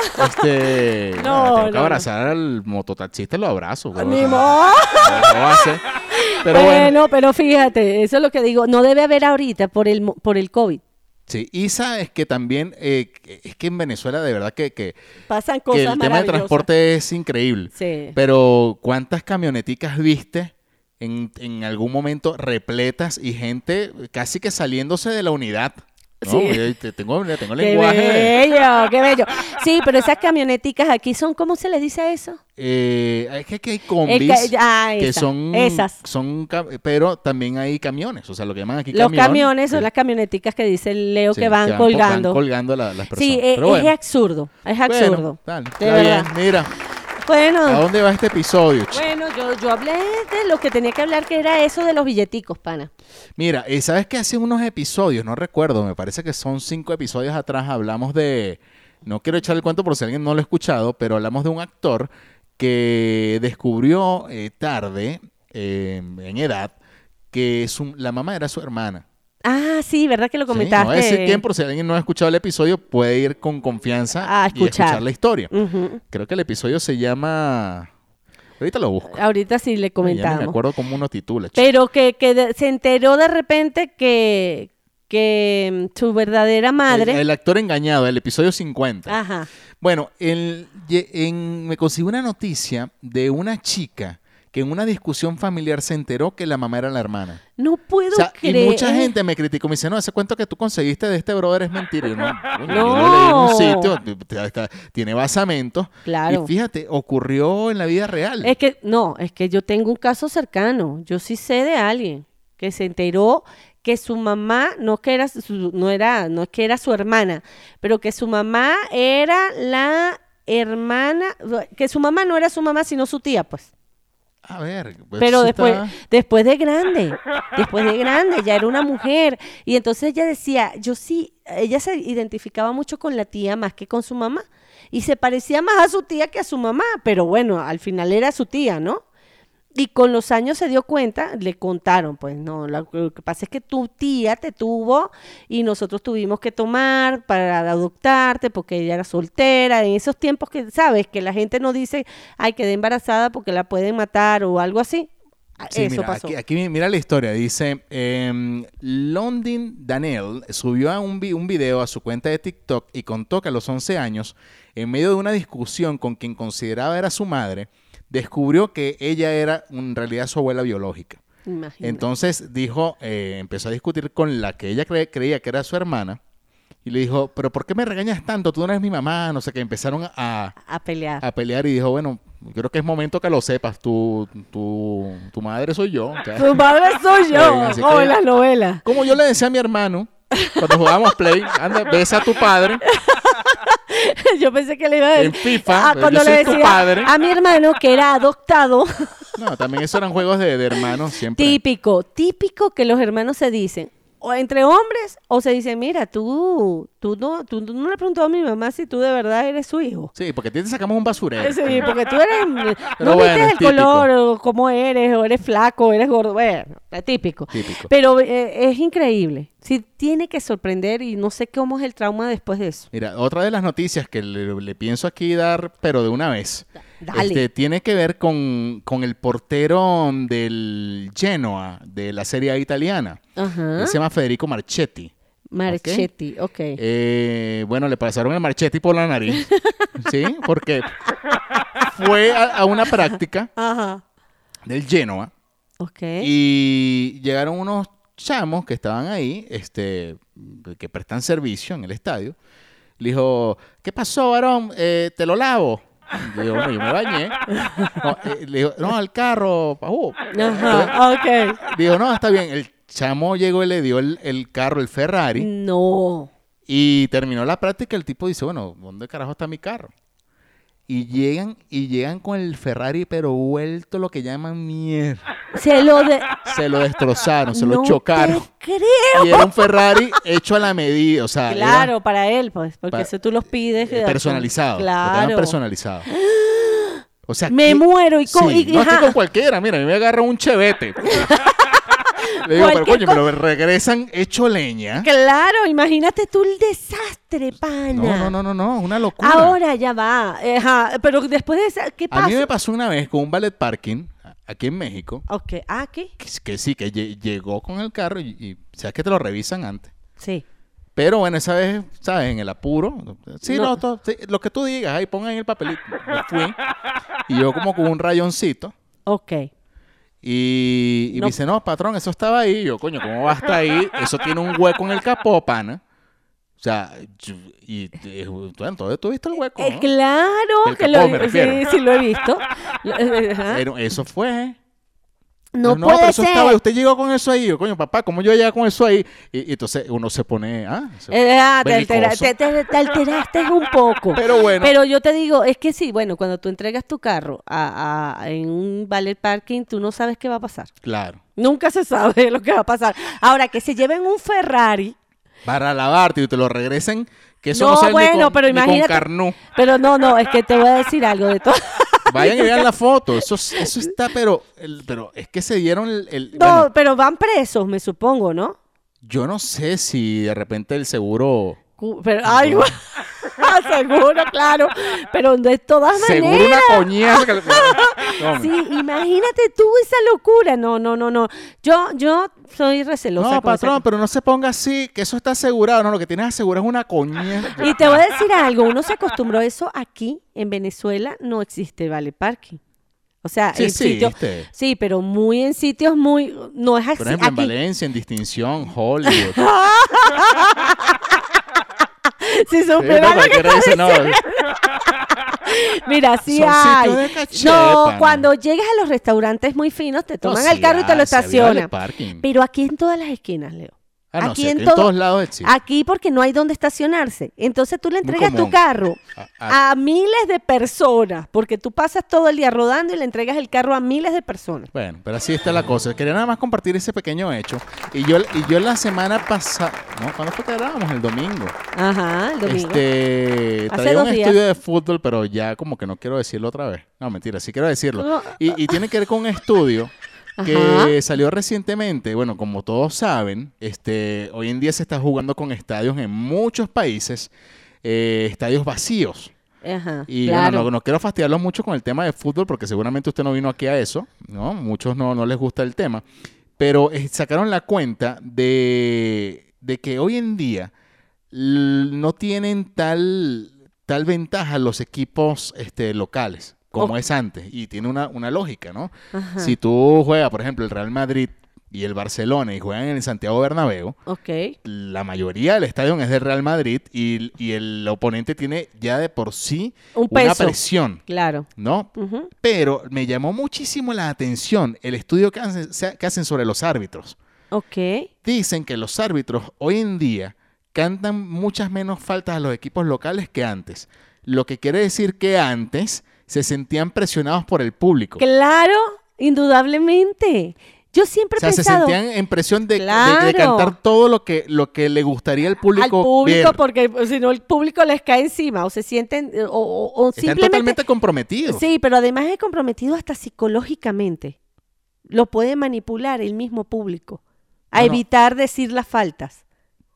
Tengo que abrazar al mototaxista y lo abrazo. Ni No modo. lo hace. Pero bueno. Pero fíjate, eso es lo que digo. No debe haber ahorita por el COVID. Sí, y sabes que también es que en Venezuela de verdad que Pasan que cosas el tema de maravillosas. transporte es increíble. Sí. Pero ¿cuántas camioneticas viste en algún momento repletas y gente casi que saliéndose de la unidad? ¿No? Sí. Tengo Qué lenguaje de... bello, qué bello. Sí, pero esas camioneticas aquí son, ¿cómo se les dice a eso? Es que aquí hay combis que esas. pero también hay camiones, o sea, lo que llaman aquí Los camiones sí. son las camioneticas que dice Leo Sí, que van colgando. Van colgando las personas. Sí, Pero bueno. es absurdo, es absurdo. Bueno, dale, de está verdad. bien, mira, Bueno, ¿a dónde va este episodio, chico? bueno, yo hablé de lo que tenía que hablar, que era eso de los billeticos, pana. Mira, ¿sabes que hace unos episodios, no recuerdo, me parece que son 5 episodios atrás, hablamos de, no quiero echar el cuento por si alguien no lo ha escuchado, pero hablamos de un actor que descubrió tarde, en edad, que la mamá era su hermana. Ah, sí, ¿verdad que lo Sí, no comentaste? voy a decir quién, por si alguien no ha escuchado el episodio, puede ir con confianza A y escuchar la historia. Ujú. Creo que el episodio se llama... Ahorita lo busco. Ahorita sí le Ya ni me comentamos. acuerdo cómo uno titula. chico. Pero que se enteró de repente que su verdadera madre... El actor engañado, el episodio 50. Ajá. Bueno, me consiguió una noticia de una chica que en una discusión familiar se enteró que la mamá era la hermana. No puedo O sea, creer. y mucha gente me criticó, me dice, no, ese cuento que tú conseguiste de este brother es mentira. Y yo, yo No. lo leí en un sitio, tiene basamento. Claro. Y fíjate, ocurrió en la vida real. Es que yo tengo un caso cercano. Yo sí sé de alguien que se enteró que su mamá no es que era su hermana, pero que su mamá era la hermana, que su mamá no era su mamá sino su tía, pues. A ver, pues Pero sí después de grande, ya era una mujer. Y entonces ella decía, ella se identificaba mucho con la tía más que con su mamá. Y se parecía más a su tía que a su mamá, pero bueno, al final era su tía, ¿no? Y con los años se dio cuenta, le contaron, pues no, lo que pasa es que tu tía te tuvo y nosotros tuvimos que tomar para adoptarte porque ella era soltera. En esos tiempos que, ¿sabes? Que la gente no dice, ay, quedé embarazada porque la pueden matar o algo así. Sí, Eso mira, pasó. aquí mira la historia. Dice, Londin Daniel subió un video a su cuenta de TikTok y contó que a los 11 años, en medio de una discusión con quien consideraba era su madre, descubrió que ella era en realidad su abuela biológica. Imagínate. Entonces dijo, empezó a discutir con la que ella creía que era su hermana y le dijo, pero ¿por qué me regañas tanto? Tú no eres mi mamá, no sé qué. Empezaron a pelear. y dijo, bueno, yo creo que es momento que lo sepas, tu madre soy yo. O sea, Tu madre soy yo, así como que- en la novela. como yo le decía a mi hermano cuando jugábamos Play, anda, besa a tu padre. Yo pensé que le iba a decir. En FIFA, cuando yo le soy tu decía padre. a mi hermano que era adoptado. No, también esos eran juegos de hermanos siempre. Típico que los hermanos se dicen, o entre hombres, o se dicen, mira, tú no le preguntó a mi mamá si tú de verdad eres su hijo. Sí, porque a ti te sacamos un basurero. Sí, porque tú eres, Pero no bueno, viste es el típico. color, o cómo eres, o eres flaco, o eres gordo, bueno, es típico. Típico. Pero es increíble, sí tiene que sorprender y no sé cómo es el trauma después de eso. Mira, otra de las noticias que le pienso aquí dar, pero de una vez, Dale. tiene que ver con el portero del Genoa, de la Serie A italiana. Ajá. Él se llama Federico Marchetti. Marchetti, ok. Bueno, le pasaron el Marchetti por la nariz, ¿sí? Porque fue a una práctica Ajá. del Genoa Ok. y llegaron unos chamos que estaban ahí, que prestan servicio en el estadio. Le dijo, ¿qué pasó, varón? ¿Te lo lavo? Le digo, bueno, yo me bañé. No, le digo, no, al carro. Ajá, ok. Dijo, no, está bien. El chamo llegó y le dio el carro, el Ferrari, No. y terminó la práctica. El tipo dice, bueno, ¿dónde carajo está mi carro? Y llegan con el Ferrari, pero vuelto lo que llaman mierda. Se lo destrozaron, se lo No chocaron. te creo. Y era un Ferrari hecho a la medida, o sea, Claro, para él, pues, porque Pa- eso tú los pides. personalizado. Lo Claro. tenían personalizado. O sea, Me muero. sí, no es que con cualquiera, mira, a mí me agarra un chevete. Le digo, pero Cualquier coño, me lo regresan hecho leña. Claro, imagínate tú el desastre, pana. No, una locura. Ahora ya va. Ajá, pero después de esa, ¿qué pasa? A mí me pasó una vez con un ballet parking aquí en México, Ok, ¿qué? que sí, que llegó con el carro y sabes que te lo revisan antes. Sí. Pero bueno, esa vez, ¿sabes? En el apuro. Sí, No. sí, lo que tú digas, ahí pongan el papelito. Me fui. Y yo como con un rayoncito. Ok. Y No. me dice, no, patrón, eso estaba ahí. Y yo, coño, ¿cómo va a estar ahí? Eso tiene un hueco en el capó, pana. O sea, bueno, entonces tú viste el hueco, ¿no? Claro El que capó, me refiero. sí, lo he visto. Ajá. Pero eso fue. No pero puede eso ser. estaba, y usted llegó con eso ahí. Yo, coño, papá, ¿cómo yo llegué con eso ahí? Y entonces uno se pone, Te alteraste un poco. Pero bueno. Pero yo te digo, es que sí, bueno, cuando tú entregas tu carro en un valet parking, tú no sabes qué va a pasar. Claro. Nunca se sabe lo que va a pasar. Ahora, que se lleven un Ferrari. Para lavarte y te lo regresen, que eso No, no sale bueno, pero ni con imagínate. carnú. Pero no, es que te voy a decir algo de todo. Vayan y vean la foto. Eso está, pero es que se dieron No, bueno, pero van presos, me supongo, ¿no? yo no sé si de repente el seguro... Pero, ay, seguro, claro. Pero de todas Seguro maneras. una coñaza que no, Sí, imagínate tú esa locura. No. Yo soy recelosa. no, con esa patrón, pero no se ponga así, que eso está asegurado. No, lo que tienes asegurado es una coñaza. Y te voy a decir algo, uno se acostumbró a eso aquí, en Venezuela, no existe vale parking. O sea, Sí, en sitios, existe. sí, pero muy en sitios muy, no es así. Por ejemplo, en aquí. Valencia, en Distinción, Hollywood. Si Sí, supiera no, lo que cualquiera estás dice, no, diciendo. Mira, sí Son hay. sitios de caché, No, pana. cuando llegas a los restaurantes muy finos, te toman No, el sí carro y te lo hay, sí había estacionan. valet parking. Pero aquí en todas las esquinas, Leo. Ah, no, aquí sí, en en todo- todos lados existe. Aquí porque no hay dónde estacionarse. Entonces tú le entregas tu común. carro A- a miles de personas, porque tú pasas todo el día rodando y le entregas el carro a miles de personas. Bueno, pero así está la cosa. Quería nada más compartir ese pequeño hecho. Y yo la semana pasada... ¿No? ¿Cuándo fue que grabamos? El domingo. Ajá, el domingo. Traía un 2 días. estudio de fútbol, pero ya como que no quiero decirlo otra vez. No, mentira, sí quiero decirlo. No. Y tiene que ver con un estudio que Ajá. salió recientemente. Bueno, como todos saben, hoy en día se está jugando con estadios en muchos países, estadios vacíos. Ajá, Y claro. bueno, no quiero fastidiarlo mucho con el tema de fútbol, porque seguramente usted no vino aquí a eso, ¿no? Muchos no les gusta el tema. Pero sacaron la cuenta de que hoy en día no tienen tal ventaja los equipos locales como Ok. es antes. Y tiene una lógica, ¿no? Ajá. Si tú juegas, por ejemplo, el Real Madrid y el Barcelona y juegan en el Santiago Bernabéu, Ok. la mayoría del estadio es del Real Madrid y el oponente tiene ya de por sí Un una peso. presión, Claro. ¿no? Ujú. Pero me llamó muchísimo la atención el estudio que hacen sobre los árbitros. Ok. Dicen que los árbitros hoy en día cantan muchas menos faltas a los equipos locales que antes. Lo que quiere decir que antes se sentían presionados por el público. Claro, indudablemente. Yo siempre O sea, he se pensado sentían en presión de Claro. cantar todo lo que le gustaría al público, al público ver. porque si no el público les cae encima o se sienten o Están simplemente totalmente comprometidos. sí, pero además es comprometido hasta psicológicamente. Lo puede manipular el mismo público a Bueno. evitar decir las faltas.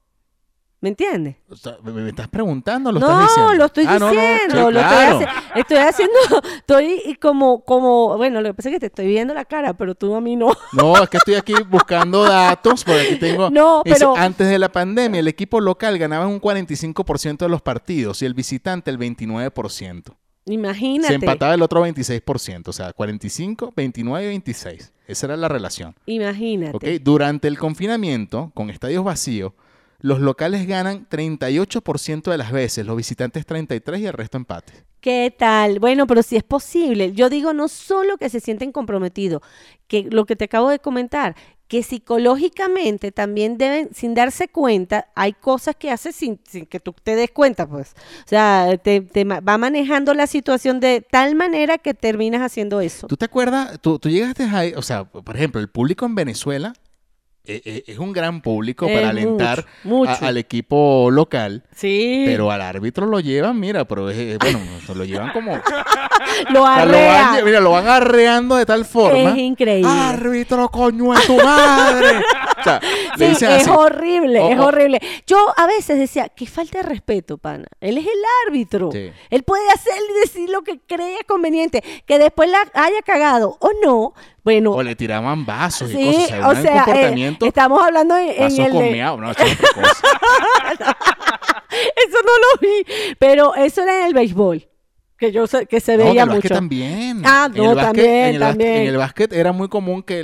¿Me entiendes? O sea, ¿me estás preguntando o lo estás diciendo? No, lo estoy Ah, no, no, diciendo, sí, lo claro. estoy haciendo, estoy como, bueno, lo que pasa es que te estoy viendo la cara, pero tú a mí no. No, es que estoy aquí buscando datos, porque aquí tengo... No, dice, pero- antes de la pandemia, el equipo local ganaba un 45% de los partidos y el visitante el 29%. Imagínate. Se empataba el otro 26%, o sea, 45, 29 y 26. Esa era la relación. Imagínate. ¿Ok? Durante el confinamiento, con estadios vacíos, los locales ganan 38% de las veces, los visitantes 33% y el resto empate. ¿Qué tal? Bueno, pero si es posible. Yo digo no solo que se sienten comprometidos, que lo que te acabo de comentar, que psicológicamente también deben, sin darse cuenta, hay cosas que hace sin que tú te des cuenta, pues. O sea, va manejando la situación de tal manera que terminas haciendo eso. ¿Tú te acuerdas? Tú llegaste ahí, o sea, por ejemplo, el público en Venezuela es un gran público Es para alentar mucho. al equipo local, Sí. pero al árbitro lo llevan, mira, pero bueno, lo llevan como... Lo O sea, arrea. mira, lo van arreando de tal forma. Es increíble. ¡Árbitro, coño de tu madre! O sea, le Sí, dicen es así. horrible, es O- o- horrible. Yo a veces decía, qué falta de respeto, pana. Él es el árbitro. Sí. Él puede hacer y decir lo que crea conveniente. Que después la haya cagado o no, bueno. O le tiraban vasos y Sí, cosas. o O sea, un sea, comportamiento... estamos hablando en vasos el con de... miau. No, eso es otra cosa. Eso no lo vi, pero eso era en el béisbol, que yo sé que se No, en veía el básquet mucho. también. Ah, En no, el básquet- también, en el básquet- también. En el básquet era muy común que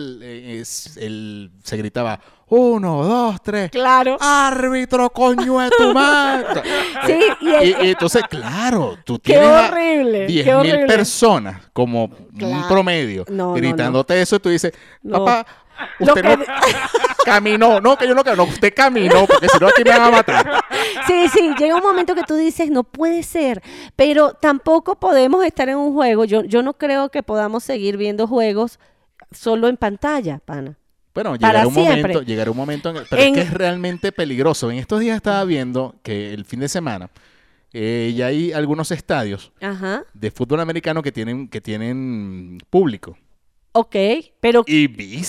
se gritaba 1, 2, 3. Claro. ¡Árbitro, coño de tu madre! Sí, y entonces, claro, tú Qué tienes a horrible, qué 10.000 horrible. personas como un Claro. promedio No, gritándote eso y tú dices, No. papá, Lo usted que- no caminó. No, que yo no caminó. Usted caminó porque si no aquí me van a matar. Sí, llega un momento que tú dices, no puede ser, pero tampoco podemos estar en un juego. Yo no creo que podamos seguir viendo juegos solo en pantalla, pana. Bueno, Para siempre. llegará un momento pero es que es realmente peligroso. En estos días estaba viendo que el fin de semana ya hay algunos estadios Ajá, de fútbol americano que tienen público. ok, pero Y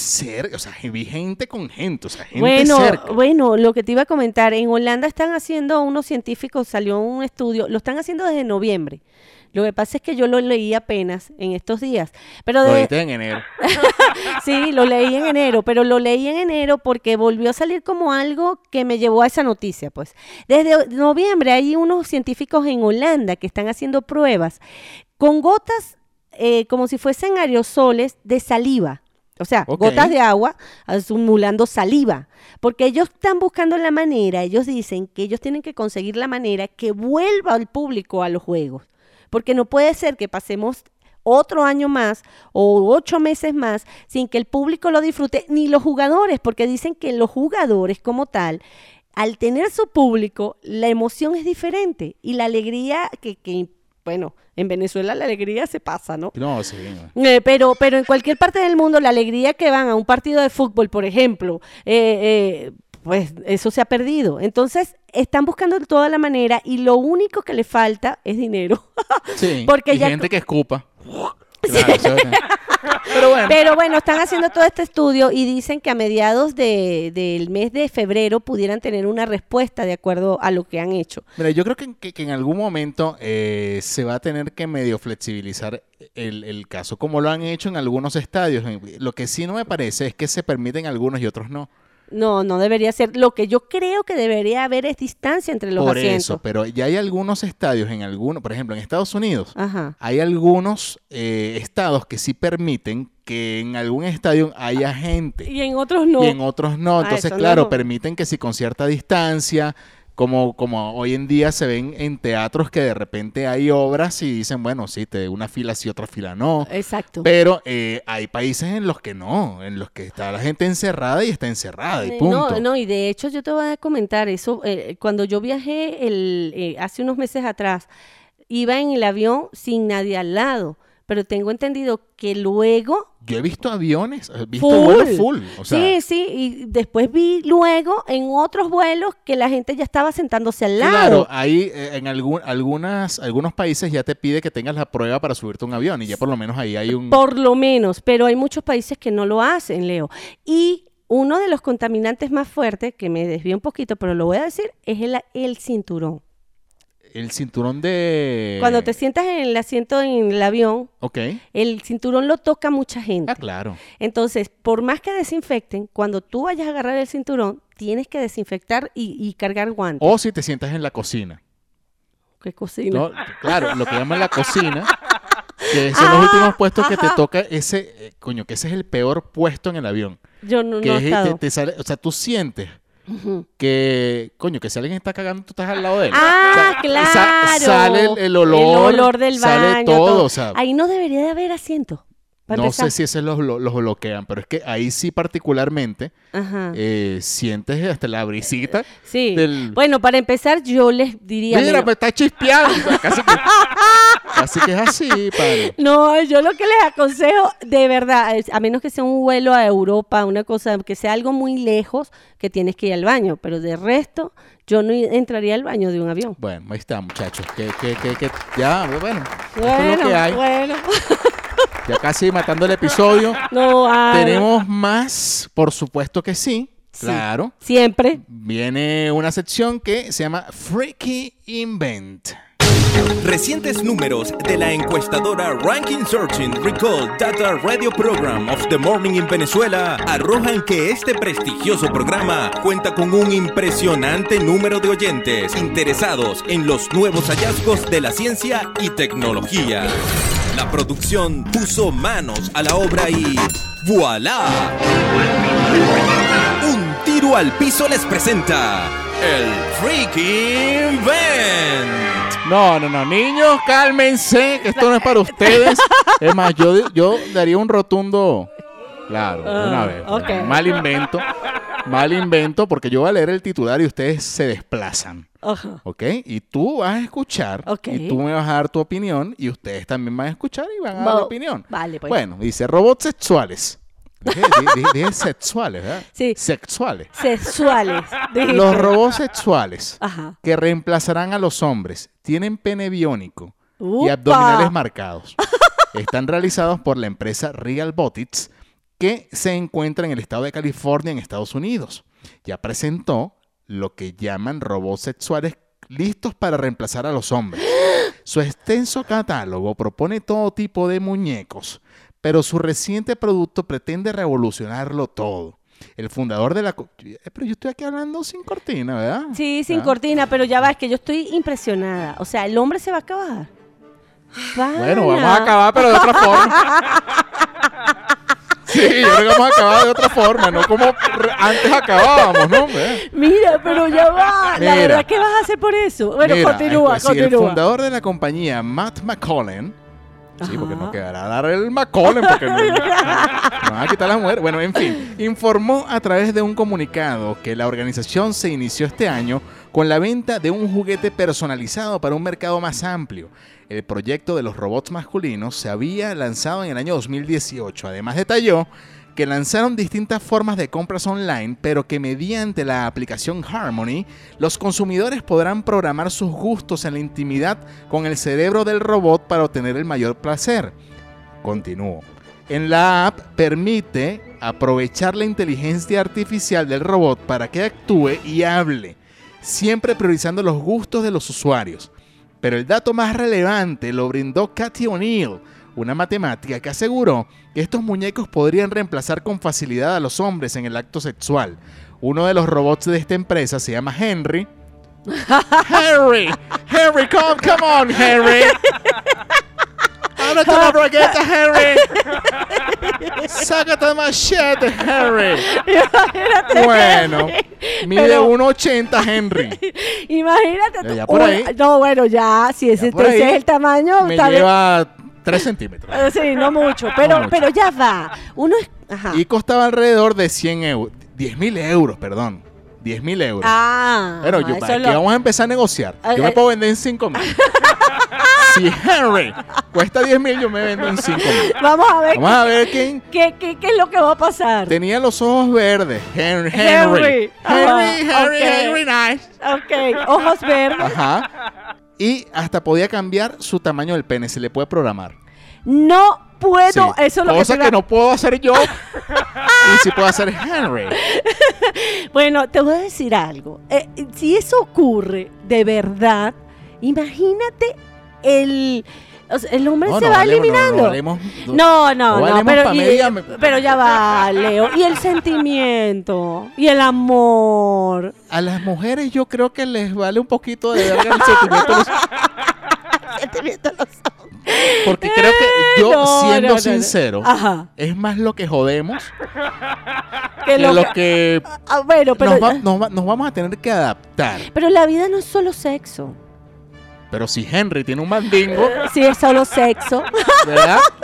vi gente con gente, o sea, gente cerca. bueno, lo que te iba a comentar, en Holanda están haciendo unos científicos, salió un estudio, lo están haciendo desde noviembre. Lo que pasa es que yo lo leí apenas en estos días, pero Lo viste en enero. sí, lo leí en enero, pero lo leí en enero porque volvió a salir como algo que me llevó a esa noticia, pues. Desde noviembre hay unos científicos en Holanda que están haciendo pruebas con gotas como si fuesen aerosoles de saliva. O sea, Ok. gotas de agua acumulando saliva. Porque ellos están buscando la manera, ellos dicen que ellos tienen que conseguir la manera que vuelva al público a los juegos. Porque no puede ser que pasemos otro año más o 8 meses más sin que el público lo disfrute, ni los jugadores, porque dicen que los jugadores como tal, al tener su público, la emoción es diferente y la alegría bueno, en Venezuela la alegría se pasa, ¿no? No, sí. Pero en cualquier parte del mundo, la alegría que van a un partido de fútbol, por ejemplo, pues eso se ha perdido. Entonces, están buscando toda la manera y lo único que le falta es dinero. Sí. Porque y ya gente que escupa. Claro, pero bueno. Pero bueno, están haciendo todo este estudio y dicen que a mediados del mes de febrero pudieran tener una respuesta de acuerdo a lo que han hecho. Mira, yo creo que en algún momento se va a tener que medio flexibilizar el caso, como lo han hecho en algunos estadios. Lo que sí no me parece es que se permiten algunos y otros no. No debería ser. Lo que yo creo que debería haber es distancia entre los Por asientos. eso, pero ya hay algunos estadios, por ejemplo, en Estados Unidos, Ajá. hay algunos estados que sí permiten que en algún estadio haya gente Y en otros no. y en otros no. Entonces, eso claro, no. permiten que si con cierta distancia, como hoy en día se ven en teatros que de repente hay obras y dicen, bueno, sí, una fila sí, otra fila no. Exacto. Pero hay países en los que no, en los que está la gente encerrada y está encerrada y punto. No, y de hecho yo te voy a comentar eso. Cuando yo viajé hace unos meses atrás, iba en el avión sin nadie al lado, pero tengo entendido que luego... Yo he visto aviones, he visto Full. vuelos full. O sea, sí, y después vi luego en otros vuelos que la gente ya estaba sentándose al lado. claro, ahí en algunos países ya te pide que tengas la prueba para subirte a un avión y ya por lo menos ahí hay un... Por lo menos, pero hay muchos países que no lo hacen, Leo. Y uno de los contaminantes más fuertes, que me desvío un poquito, pero lo voy a decir, es el cinturón. El cinturón de... Cuando te sientas en el asiento en el avión, Ok. el cinturón lo toca mucha gente. Ah, claro. Entonces, por más que desinfecten, cuando tú vayas a agarrar el cinturón, tienes que desinfectar y cargar guantes. O si te sientas en la cocina. ¿Qué cocina? ¿No? Claro, lo que llaman la cocina, que son los últimos puestos que te toca ese, que ese es el peor puesto en el avión. Yo no Que he es, estado. te sale, o sea, tú sientes Ujú. que si alguien está cagando, tú estás al lado de él. Ah, O sea, claro. sale el olor. El olor del sale baño. todo, o sea. Ahí no debería de haber asiento. para No empezar. sé si ese los bloquean, pero es que ahí sí particularmente Ajá. sientes hasta la brisita Sí. del... Bueno, para empezar, yo les diría. Mira, me está chispeando. Casi que es así, padre. No, yo lo que les aconsejo, de verdad, a menos que sea un vuelo a Europa, una cosa, que sea algo muy lejos, que tienes que ir al baño, pero de resto, yo no entraría al baño de un avión. Bueno, ahí está, muchachos. Que ya, bueno. Esto es lo que hay. Bueno. Ya casi matando el episodio. No hay. Tenemos más, por supuesto que sí. Sí. Claro. Siempre. Viene una sección que se llama Freaky Invent. Recientes números de la encuestadora Ranking Searching Recall Data Radio Program of the Morning in Venezuela arrojan que este prestigioso programa cuenta con un impresionante número de oyentes interesados en los nuevos hallazgos de la ciencia y tecnología. La producción puso manos a la obra y ¡voilá! Un tiro al piso les presenta el Freaky Invent. No, niños, cálmense, que esto no es para ustedes. Es más, yo daría un rotundo, claro, de una vez. ok. Mal invento, porque yo voy a leer el titular y ustedes se desplazan, Ajá. ¿ok? Y tú vas a escuchar, Ok. y tú me vas a dar tu opinión, y ustedes también van a escuchar y van a dar la opinión. Vale, pues. Bueno, dice robots sexuales. Dije sexuales, ¿verdad? Sí. Sexuales. Sexuales. dijiste. Los robots sexuales Ajá. que reemplazarán a los hombres tienen pene biónico y ¡Upa! abdominales marcados. Están realizados por la empresa Real Botics, que se encuentra en el estado de California, en Estados Unidos. Ya presentó lo que llaman robots sexuales listos para reemplazar a los hombres. Su extenso catálogo propone todo tipo de muñecos, pero su reciente producto pretende revolucionarlo todo. El fundador de la... Pero yo estoy aquí hablando sin cortina, ¿verdad? Sí, sin Ah. cortina, pero ya va, es que yo estoy impresionada. O sea, el hombre se va a acabar. Bueno, vamos a acabar, pero de otra forma. Sí, yo creo que vamos a acabar de otra forma, no como antes acabábamos, ¿no? Mira, pero ya va. La Mira. verdad, ¿qué vas a hacer por eso? Bueno, Mira, continúa, sí, el continúa. fundador de la compañía, Matt McCollum, sí, porque Ajá. no quedará dar el McCollum, porque no van a quitar la mujer. Bueno, en fin, informó a través de un comunicado que la organización se inició este año con la venta de un juguete personalizado para un mercado más amplio. El proyecto de los robots masculinos se había lanzado en el año 2018. Además, detalló que lanzaron distintas formas de compras online, pero que mediante la aplicación Harmony, los consumidores podrán programar sus gustos en la intimidad con el cerebro del robot para obtener el mayor placer. Continúo. En la app permite aprovechar la inteligencia artificial del robot para que actúe y hable, siempre priorizando los gustos de los usuarios. Pero el dato más relevante lo brindó Katie O'Neill, una matemática que aseguró que estos muñecos podrían reemplazar con facilidad a los hombres en el acto sexual. Uno de los robots de esta empresa se llama Henry. Henry, come on, Henry. Ahora te la bragueta, Henry. Sácate el machete, Henry. Bueno, mide Pero- 1.80 Henry. Imagínate tú. Ya por ahí. No, bueno, ya, si ese, Ya por ahí ese es el tamaño, Me está bien. lleva 3 centímetros. Sí, no mucho, pero, No mucho. pero ya va. Uno es. Ajá. Y costaba alrededor de 100 euros. 10.000 euros, perdón. 10.000 euros. Ah, Bueno, yo, eso aquí lo- vamos a empezar a negociar. Ay, Yo me ay. puedo vender en 5.000. Si Henry cuesta 10.000, yo me vendo en 5.000. Vamos a ver Vamos a ver quién qué es lo que va a pasar. tenía los ojos verdes. Henry. Henry. Ajá, ok. Henry, nice. Ok, ojos verdes. Ajá. Y hasta podía cambiar su tamaño del pene. Se le puede programar. No puedo, Sí. eso es lo Cosa te que iba- no puedo hacer yo. Y sí puedo hacer Henry. Bueno, te voy a decir algo. Si eso ocurre de verdad, imagínate o sea, el hombre No, se no va valemos, eliminando. no, No, valemos pero, pa' media, me- pero ya va, Leo. Y el sentimiento, y el amor. A las mujeres yo creo que les vale un poquito de verga el sentimiento de los- Sentimiento de los ojos. Porque creo que yo, No, siendo no, no. sincero, Ajá. es más lo que jodemos Que que lo lo que- que bueno, pero, nos vamos a tener que adaptar. pero la vida no es solo sexo. Pero si Henry tiene un mandingo, Si es solo sexo. ¿verdad?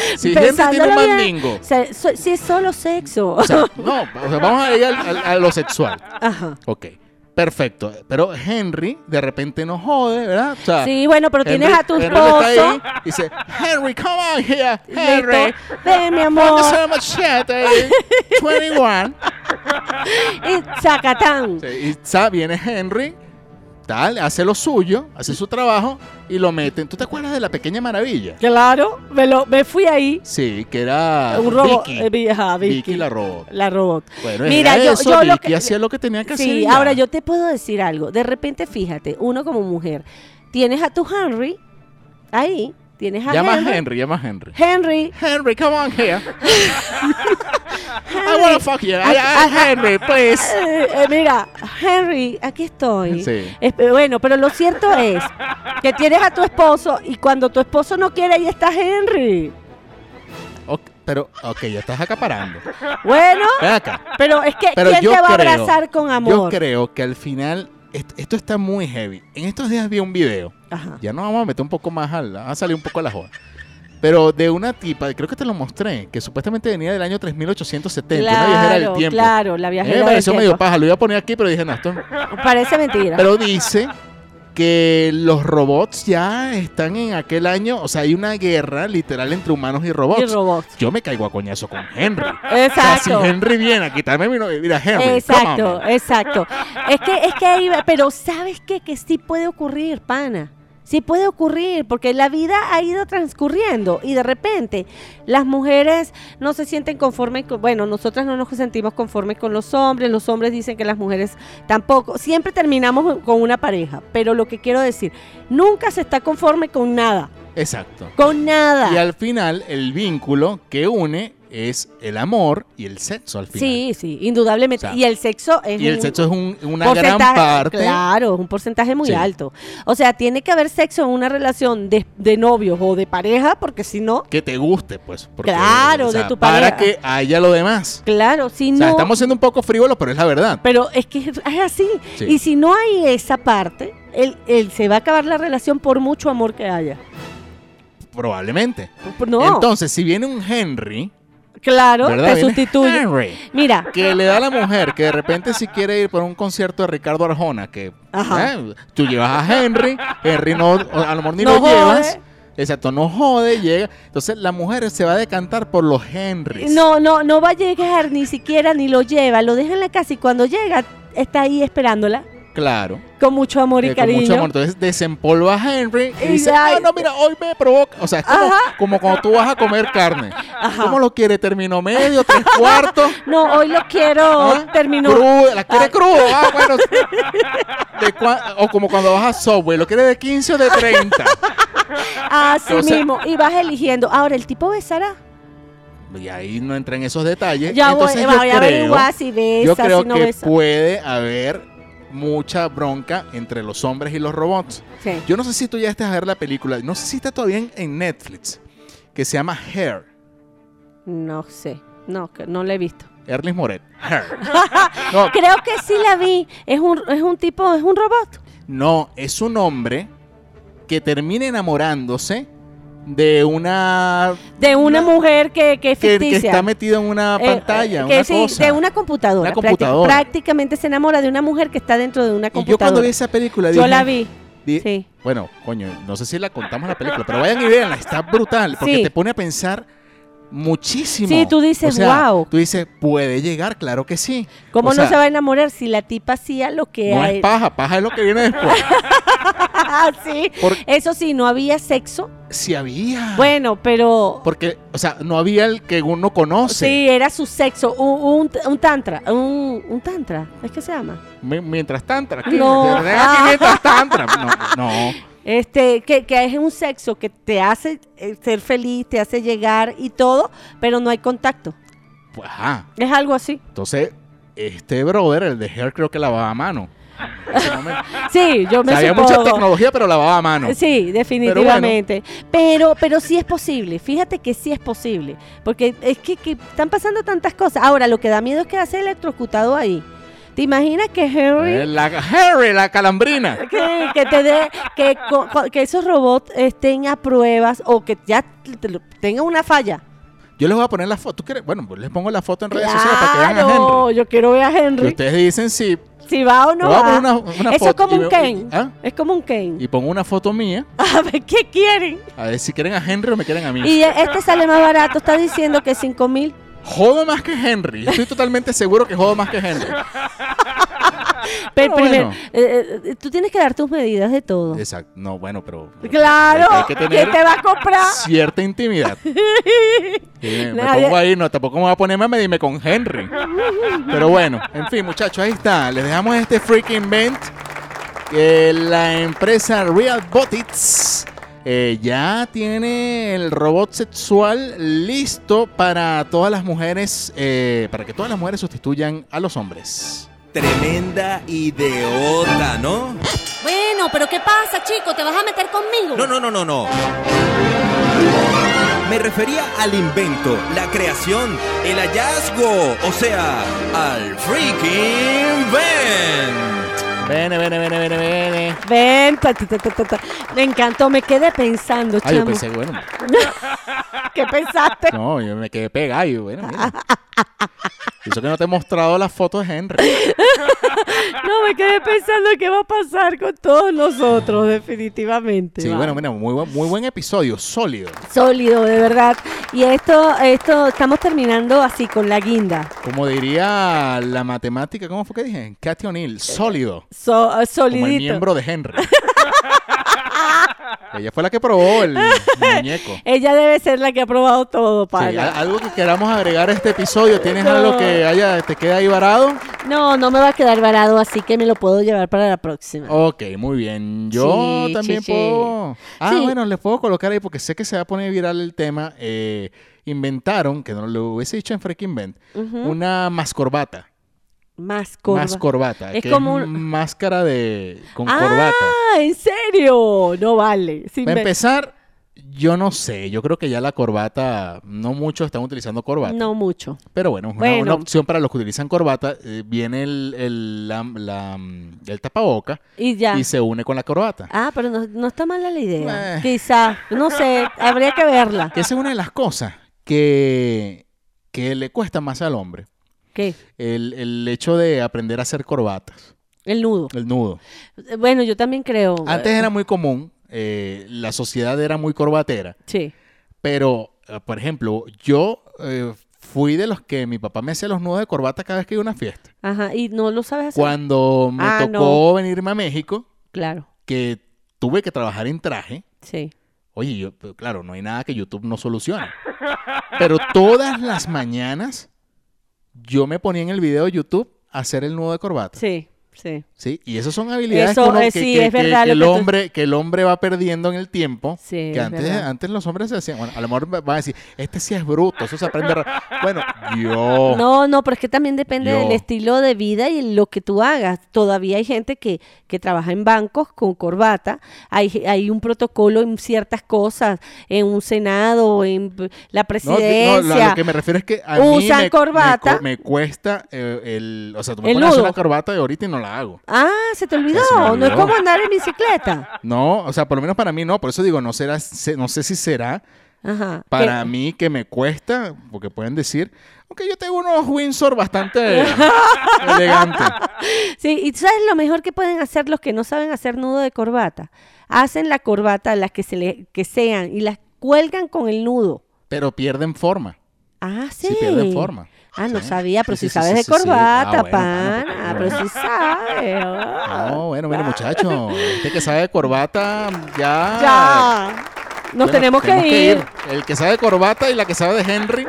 Si Henry tiene un Pensándolo bien, mandingo. si es solo sexo. O sea, no, o sea, vamos a ir a lo sexual. Ajá. Ok, perfecto. Pero Henry de repente nos jode, ¿verdad? O sea, Sí, bueno, pero tienes a tu Henry está esposo. ahí, dice, Henry, come on here, Henry. Listo. Ven, mi Fuck amor. so much shit, 21. Y zacatán. Sí, y viene Henry, tal, hace lo suyo, hace su trabajo y lo meten. ¿Tú te acuerdas de La Pequeña Maravilla? Claro, me fui ahí. Sí, que era Un robot. Vicky. Ajá, Vicky la robot. La robot. Bueno, Mira, era yo eso, lo Vicky que hacía lo que tenía que hacer. Sí, y ya. ahora yo te puedo decir algo. De repente, fíjate, uno como mujer, tienes a tu Henry ahí, tienes a Llama a Henry. Henry, come on here. I wanna fuck you. Henry, please. Mira, Henry, aquí estoy. Sí. Bueno, pero lo cierto es que tienes a tu esposo y cuando tu esposo no quiere, ahí está Henry. Ok, ya estás acaparando. Bueno, Ven acá. pero es que Pero ¿quién yo te va a creo- abrazar con Yo amor? creo que al final esto está muy heavy. En estos días vi un video. Ajá. Ya nos vamos a meter un poco más a salir un poco a la joda. Pero de una tipa, creo que te lo mostré, que supuestamente venía del año 3870, una viajera del tiempo. Claro, la A mí viajera me del pareció medio tiempo. paja, lo iba a poner aquí, pero dije, no, esto... Parece mentira. Pero dice que los robots ya están en aquel año, o sea, hay una guerra literal entre humanos y robots. Y robots. Yo me caigo a coñazo con Henry. Exacto. O sea, si Henry viene a quitarme mi novia, mira, Henry, come on, Exacto, man. exacto. Es que ahí va, pero ¿sabes qué? Que sí puede ocurrir, pana. Sí puede ocurrir, porque la vida ha ido transcurriendo y de repente las mujeres no se sienten conformes bueno, nosotras no nos sentimos conformes con los hombres dicen que las mujeres tampoco, siempre terminamos con una pareja, pero lo que quiero decir, nunca se está conforme con nada, Exacto. con nada. Y al final, el vínculo que une es el amor y el sexo al final. Sí, sí, indudablemente. O sea, y el sexo es Y el un- sexo es una gran porcentaje, parte. claro, es un porcentaje muy Sí. alto. O sea, tiene que haber sexo en una relación de novios o de pareja, porque si no, Que te guste, pues. porque, Claro, de tu para pareja. que haya lo demás. claro, si O sea, no. estamos siendo un poco frívolos, pero es la verdad. Pero es que es así. Sí. Y si no hay esa parte, él se va a acabar la relación por mucho amor que haya. Probablemente. No, Entonces, si viene un Henry, claro, ¿verdad? te Viene sustituye. Henry, Mira, que le da a la mujer que de repente si quiere ir por un concierto de Ricardo Arjona, que Ajá. tú llevas a Henry no, a lo mejor ni No lo jode. llevas. Exacto, no jode, llega. Entonces la mujer se va a decantar por los Henrys. no va a llegar ni siquiera ni lo lleva, lo deja en la casa y cuando llega está ahí esperándola Claro. con mucho amor y Con cariño. mucho amor. Entonces desempolva a Henry y Y dice, ya- no, mira, hoy me provoca. O sea, es como, Ajá. como cuando tú vas a comer carne. Ajá. ¿Cómo lo quiere? ¿Término medio? ¿3/4? No, hoy lo quiero, ¿Ah? terminó. Crudo, la quiere crudo. Ah, bueno. O como cuando vas a Subway, ¿lo quiere de 15 o de 30? Así O sea- mismo, y vas eligiendo. Ahora, ¿el tipo besará? Y ahí no entra en esos detalles. Ya voy, Entonces voy a averiguar si besa, yo creo si no que besa. puede haber mucha bronca entre los hombres y los robots. Sí. Yo no sé si tú ya estás a ver la película, no sé si está todavía en Netflix, que se llama Hair. No sé, no, que no la he visto. Erlis Moret. Hair. No, Creo que sí la vi. Es un tipo, es un robot. no, es un hombre que termina enamorándose de una De una mujer que es que ficticia. está metida en una pantalla, que una sí, cosa. de una computadora. Una computadora. Prácticamente se enamora de una mujer que está dentro de una Y computadora. yo cuando vi esa película Yo dije, la vi. Sí. Bueno, coño, no sé si la contamos la película, pero vayan y véanla, está brutal, porque Sí. te pone a pensar muchísimo. Sí, tú dices, O sea, wow. Tú dices, puede llegar, claro que sí. ¿Cómo O sea, no se va a enamorar si la tipa hacía lo que No a es él? paja es lo que viene después. Sí. Por- Eso sí, no había sexo. Si había. Bueno, pero Porque, o sea, no había el que uno conoce. sí, era su sexo, un tantra, un tantra, ¿es que se llama? Mientras tantra. ¿qué? No. Aquí mientras tantra. No. Que es un sexo que te hace ser feliz, te hace llegar y todo, pero no hay contacto. Pues, ajá. Es algo así. Entonces, este brother, el de Hair, creo que lavaba a mano. En ese momento. Sí, yo O me sea, había supongo. mucha tecnología, pero lavaba a mano. Sí, definitivamente. Pero sí es posible. Fíjate que sí es posible. Porque es que están pasando tantas cosas. Ahora, lo que da miedo es que hace electrocutado ahí. ¿Te imaginas que Henry... La calambrina. que te dé... Que esos robots estén a pruebas o que ya tengan una falla? Yo les voy a poner la foto. ¿Tú quieres? Bueno, pues les pongo la foto en redes sociales para que vean a Henry. Yo quiero ver a Henry. Y ustedes dicen si va o no voy a va. poner una Eso foto es como y un Ken. ¿Ah? Es como un Ken. Y pongo una foto mía. A ver, ¿qué quieren? A ver si quieren a Henry o me quieren a mí. Y este sale más barato. Está diciendo que 5,000. Jodo más que Henry. Estoy totalmente seguro que jodo más que Henry. Pero primero, bueno. tú tienes que dar tus medidas de todo. Exacto. No, bueno, pero... Claro. hay que tener ¿Quién te va a comprar? cierta intimidad. Me Nadie- pongo ahí, no, tampoco me voy a ponerme a medirme con Henry. Pero bueno, en fin, muchachos, ahí está. Les dejamos este freaking invent. La empresa RealBotits ya tiene el robot sexual listo para todas las mujeres, para que todas las mujeres sustituyan a los hombres. Tremenda idiota, ¿no? Bueno, pero ¿qué pasa, chico? ¿Te vas a meter conmigo? No. Me refería al invento, la creación, el hallazgo, o sea, al freaking invent. Bene. Ven, me encantó, me quedé pensando, Ay, yo chamo. pensé, bueno, ¿Qué pensaste? no, yo me quedé pegado. Y bueno, mira. Eso que no te he mostrado las fotos de Henry. No, me quedé pensando qué va a pasar con todos nosotros, definitivamente. Sí, va. bueno, mira, muy buen episodio, sólido. Sólido, de verdad. Y esto, estamos terminando así, con la guinda. Como diría la matemática, ¿cómo fue que dije? Cathy O'Neill, sólido. Como el Solidito. miembro de Henry. Ella fue la que probó el muñeco. Ella debe ser la que ha probado todo, Sí, pana. algo que queramos agregar a este episodio. ¿Tienes No. algo que te queda ahí varado? No me va a quedar varado, así que me lo puedo llevar para la próxima. Ok, muy bien. Yo Sí, también sí. puedo... Sí. Bueno, les puedo colocar ahí porque sé que se va a poner viral el tema. Inventaron, que no lo hubiese dicho en Freaking Invent, una mascorbata. Mascorbata. Es que como es máscara con corbata. Ah, ¿en serio? No vale. Sí, Para empezar, yo no sé. Yo creo que ya la corbata, no muchos están utilizando corbata. No mucho. Pero bueno, es una opción para los que utilizan corbata. Viene el tapaboca Y ya. y se une con la corbata. Ah, pero no está mala la idea. Eh. Quizá, no sé, habría que verla. Que esa es una de las cosas que le cuesta más al hombre. ¿Qué? El hecho de aprender a hacer corbatas. El nudo. El nudo. Bueno, yo también creo. Antes era muy común. La sociedad era muy corbatera. Sí. Pero, por ejemplo, yo fui de los que mi papá me hacía los nudos de corbata cada vez que iba a una fiesta. Ajá, y no lo sabes hacer. Cuando me tocó venirme a México, Claro, que tuve que trabajar en traje. sí. Oye, pero claro, no hay nada que YouTube no solucione. Pero todas las mañanas yo me ponía en el video de YouTube a hacer el nudo de corbata. Sí, sí. Sí, y esas son habilidades Eso, que, sí, es verdad que lo que el hombre va perdiendo en el tiempo. Sí, Que es verdad. antes los hombres se hacían, bueno, a lo mejor van a decir, este sí es bruto, eso se aprende. Bueno, yo. No, pero es que también depende Yo. del estilo de vida y lo que tú hagas. Todavía hay gente que trabaja en bancos con corbata. Hay un protocolo en ciertas cosas, en un senado, en la No, presidencia. lo que me refiero es que a Usan mí corbata. me cuesta o sea, tú me El pones a hacer nudo. una corbata de ahorita y no la hago. Ah, se te olvidó. Se me No es olvidó. como andar en bicicleta. No, o sea, por lo menos para mí no, por eso digo, no sé si será Ajá. para mí que me cuesta, porque pueden decir, aunque yo tengo unos Windsor bastante elegantes. Sí, y tú sabes lo mejor que pueden hacer los que no saben hacer nudo de corbata. Hacen la corbata, las que sean, y las cuelgan con el nudo. Pero pierden forma. Ah, sí. Sí pierden forma. Ah, no Sí. sabía, pero Sí, si sí, sabes sí, de sí, sí. corbata, Bueno, pana. Pero sí sabes. No, bueno, mire, muchacho, este que sabe de corbata, ya... Ya. Nos Bueno, tenemos que ir. El que sabe de corbata y la que sabe de Henry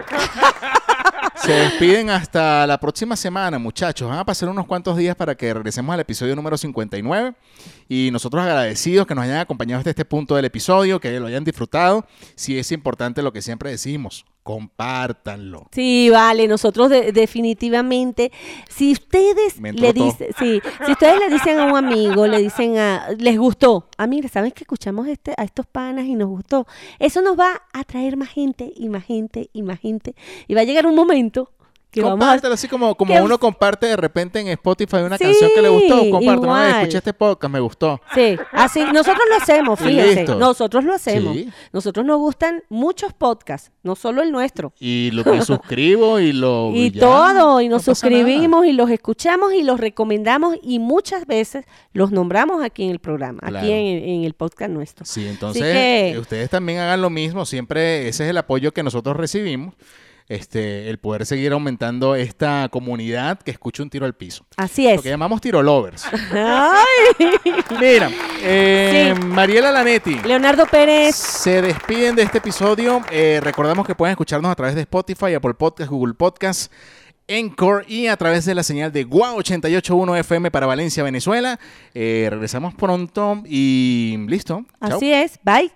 se despiden hasta la próxima semana, muchachos. Van a pasar unos cuantos días para que regresemos al episodio número 59. Y nosotros agradecidos que nos hayan acompañado hasta este punto del episodio, que lo hayan disfrutado. Sí es importante lo que siempre decimos, compártanlo. Sí, vale, nosotros definitivamente, si ustedes Me entró le todo. dicen, sí, si ustedes le dicen a un amigo, le dicen les gustó, mira, ¿sabes que escuchamos a estos panas y nos gustó? Eso nos va a traer más gente y más gente y más gente, y va a llegar un momento que vamos a... Compártelo así como que- uno comparte de repente en Spotify una Sí, canción que le gustó. Compártelo. igual. Escuché este podcast, me gustó. Sí, así nosotros lo hacemos, Y fíjense, listo. nosotros lo hacemos. Sí. Nosotros nos gustan muchos podcasts, no solo el nuestro. Y lo me suscribo y lo... Y ya, todo, y nos no pasa suscribimos y los escuchamos y los recomendamos y muchas veces los nombramos aquí en el programa, Claro. aquí en el podcast nuestro. Sí, entonces que- ustedes también hagan lo mismo. Siempre ese es el apoyo que nosotros recibimos. El poder seguir aumentando esta comunidad que escucha Un Tiro al Piso. Así es. Lo que llamamos Tiro Lovers. Ay. Mira, Sí. Mariela Lanetti. Leonardo Pérez, Se despiden de este episodio. Recordamos que pueden escucharnos a través de Spotify, Apple Podcast, Google Podcast, Encore y a través de la señal de Guau 88.1 FM para Valencia, Venezuela. Regresamos pronto y listo. Chao. así es, bye.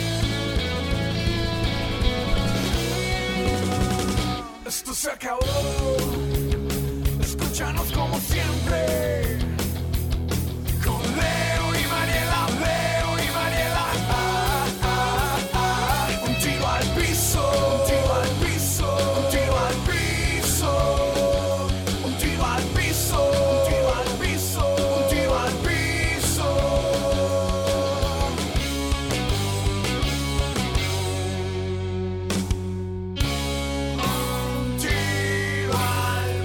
Esto se acabó. Escúchanos como siempre. Con Leo y Mariela, Leo y Mariela. Un tiro al piso, un tiro al piso, un tiro al piso. Un tiro al piso, un tiro al piso, un tiro al piso. Un tiro al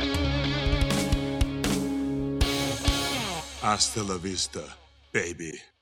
Hasta la vista, baby.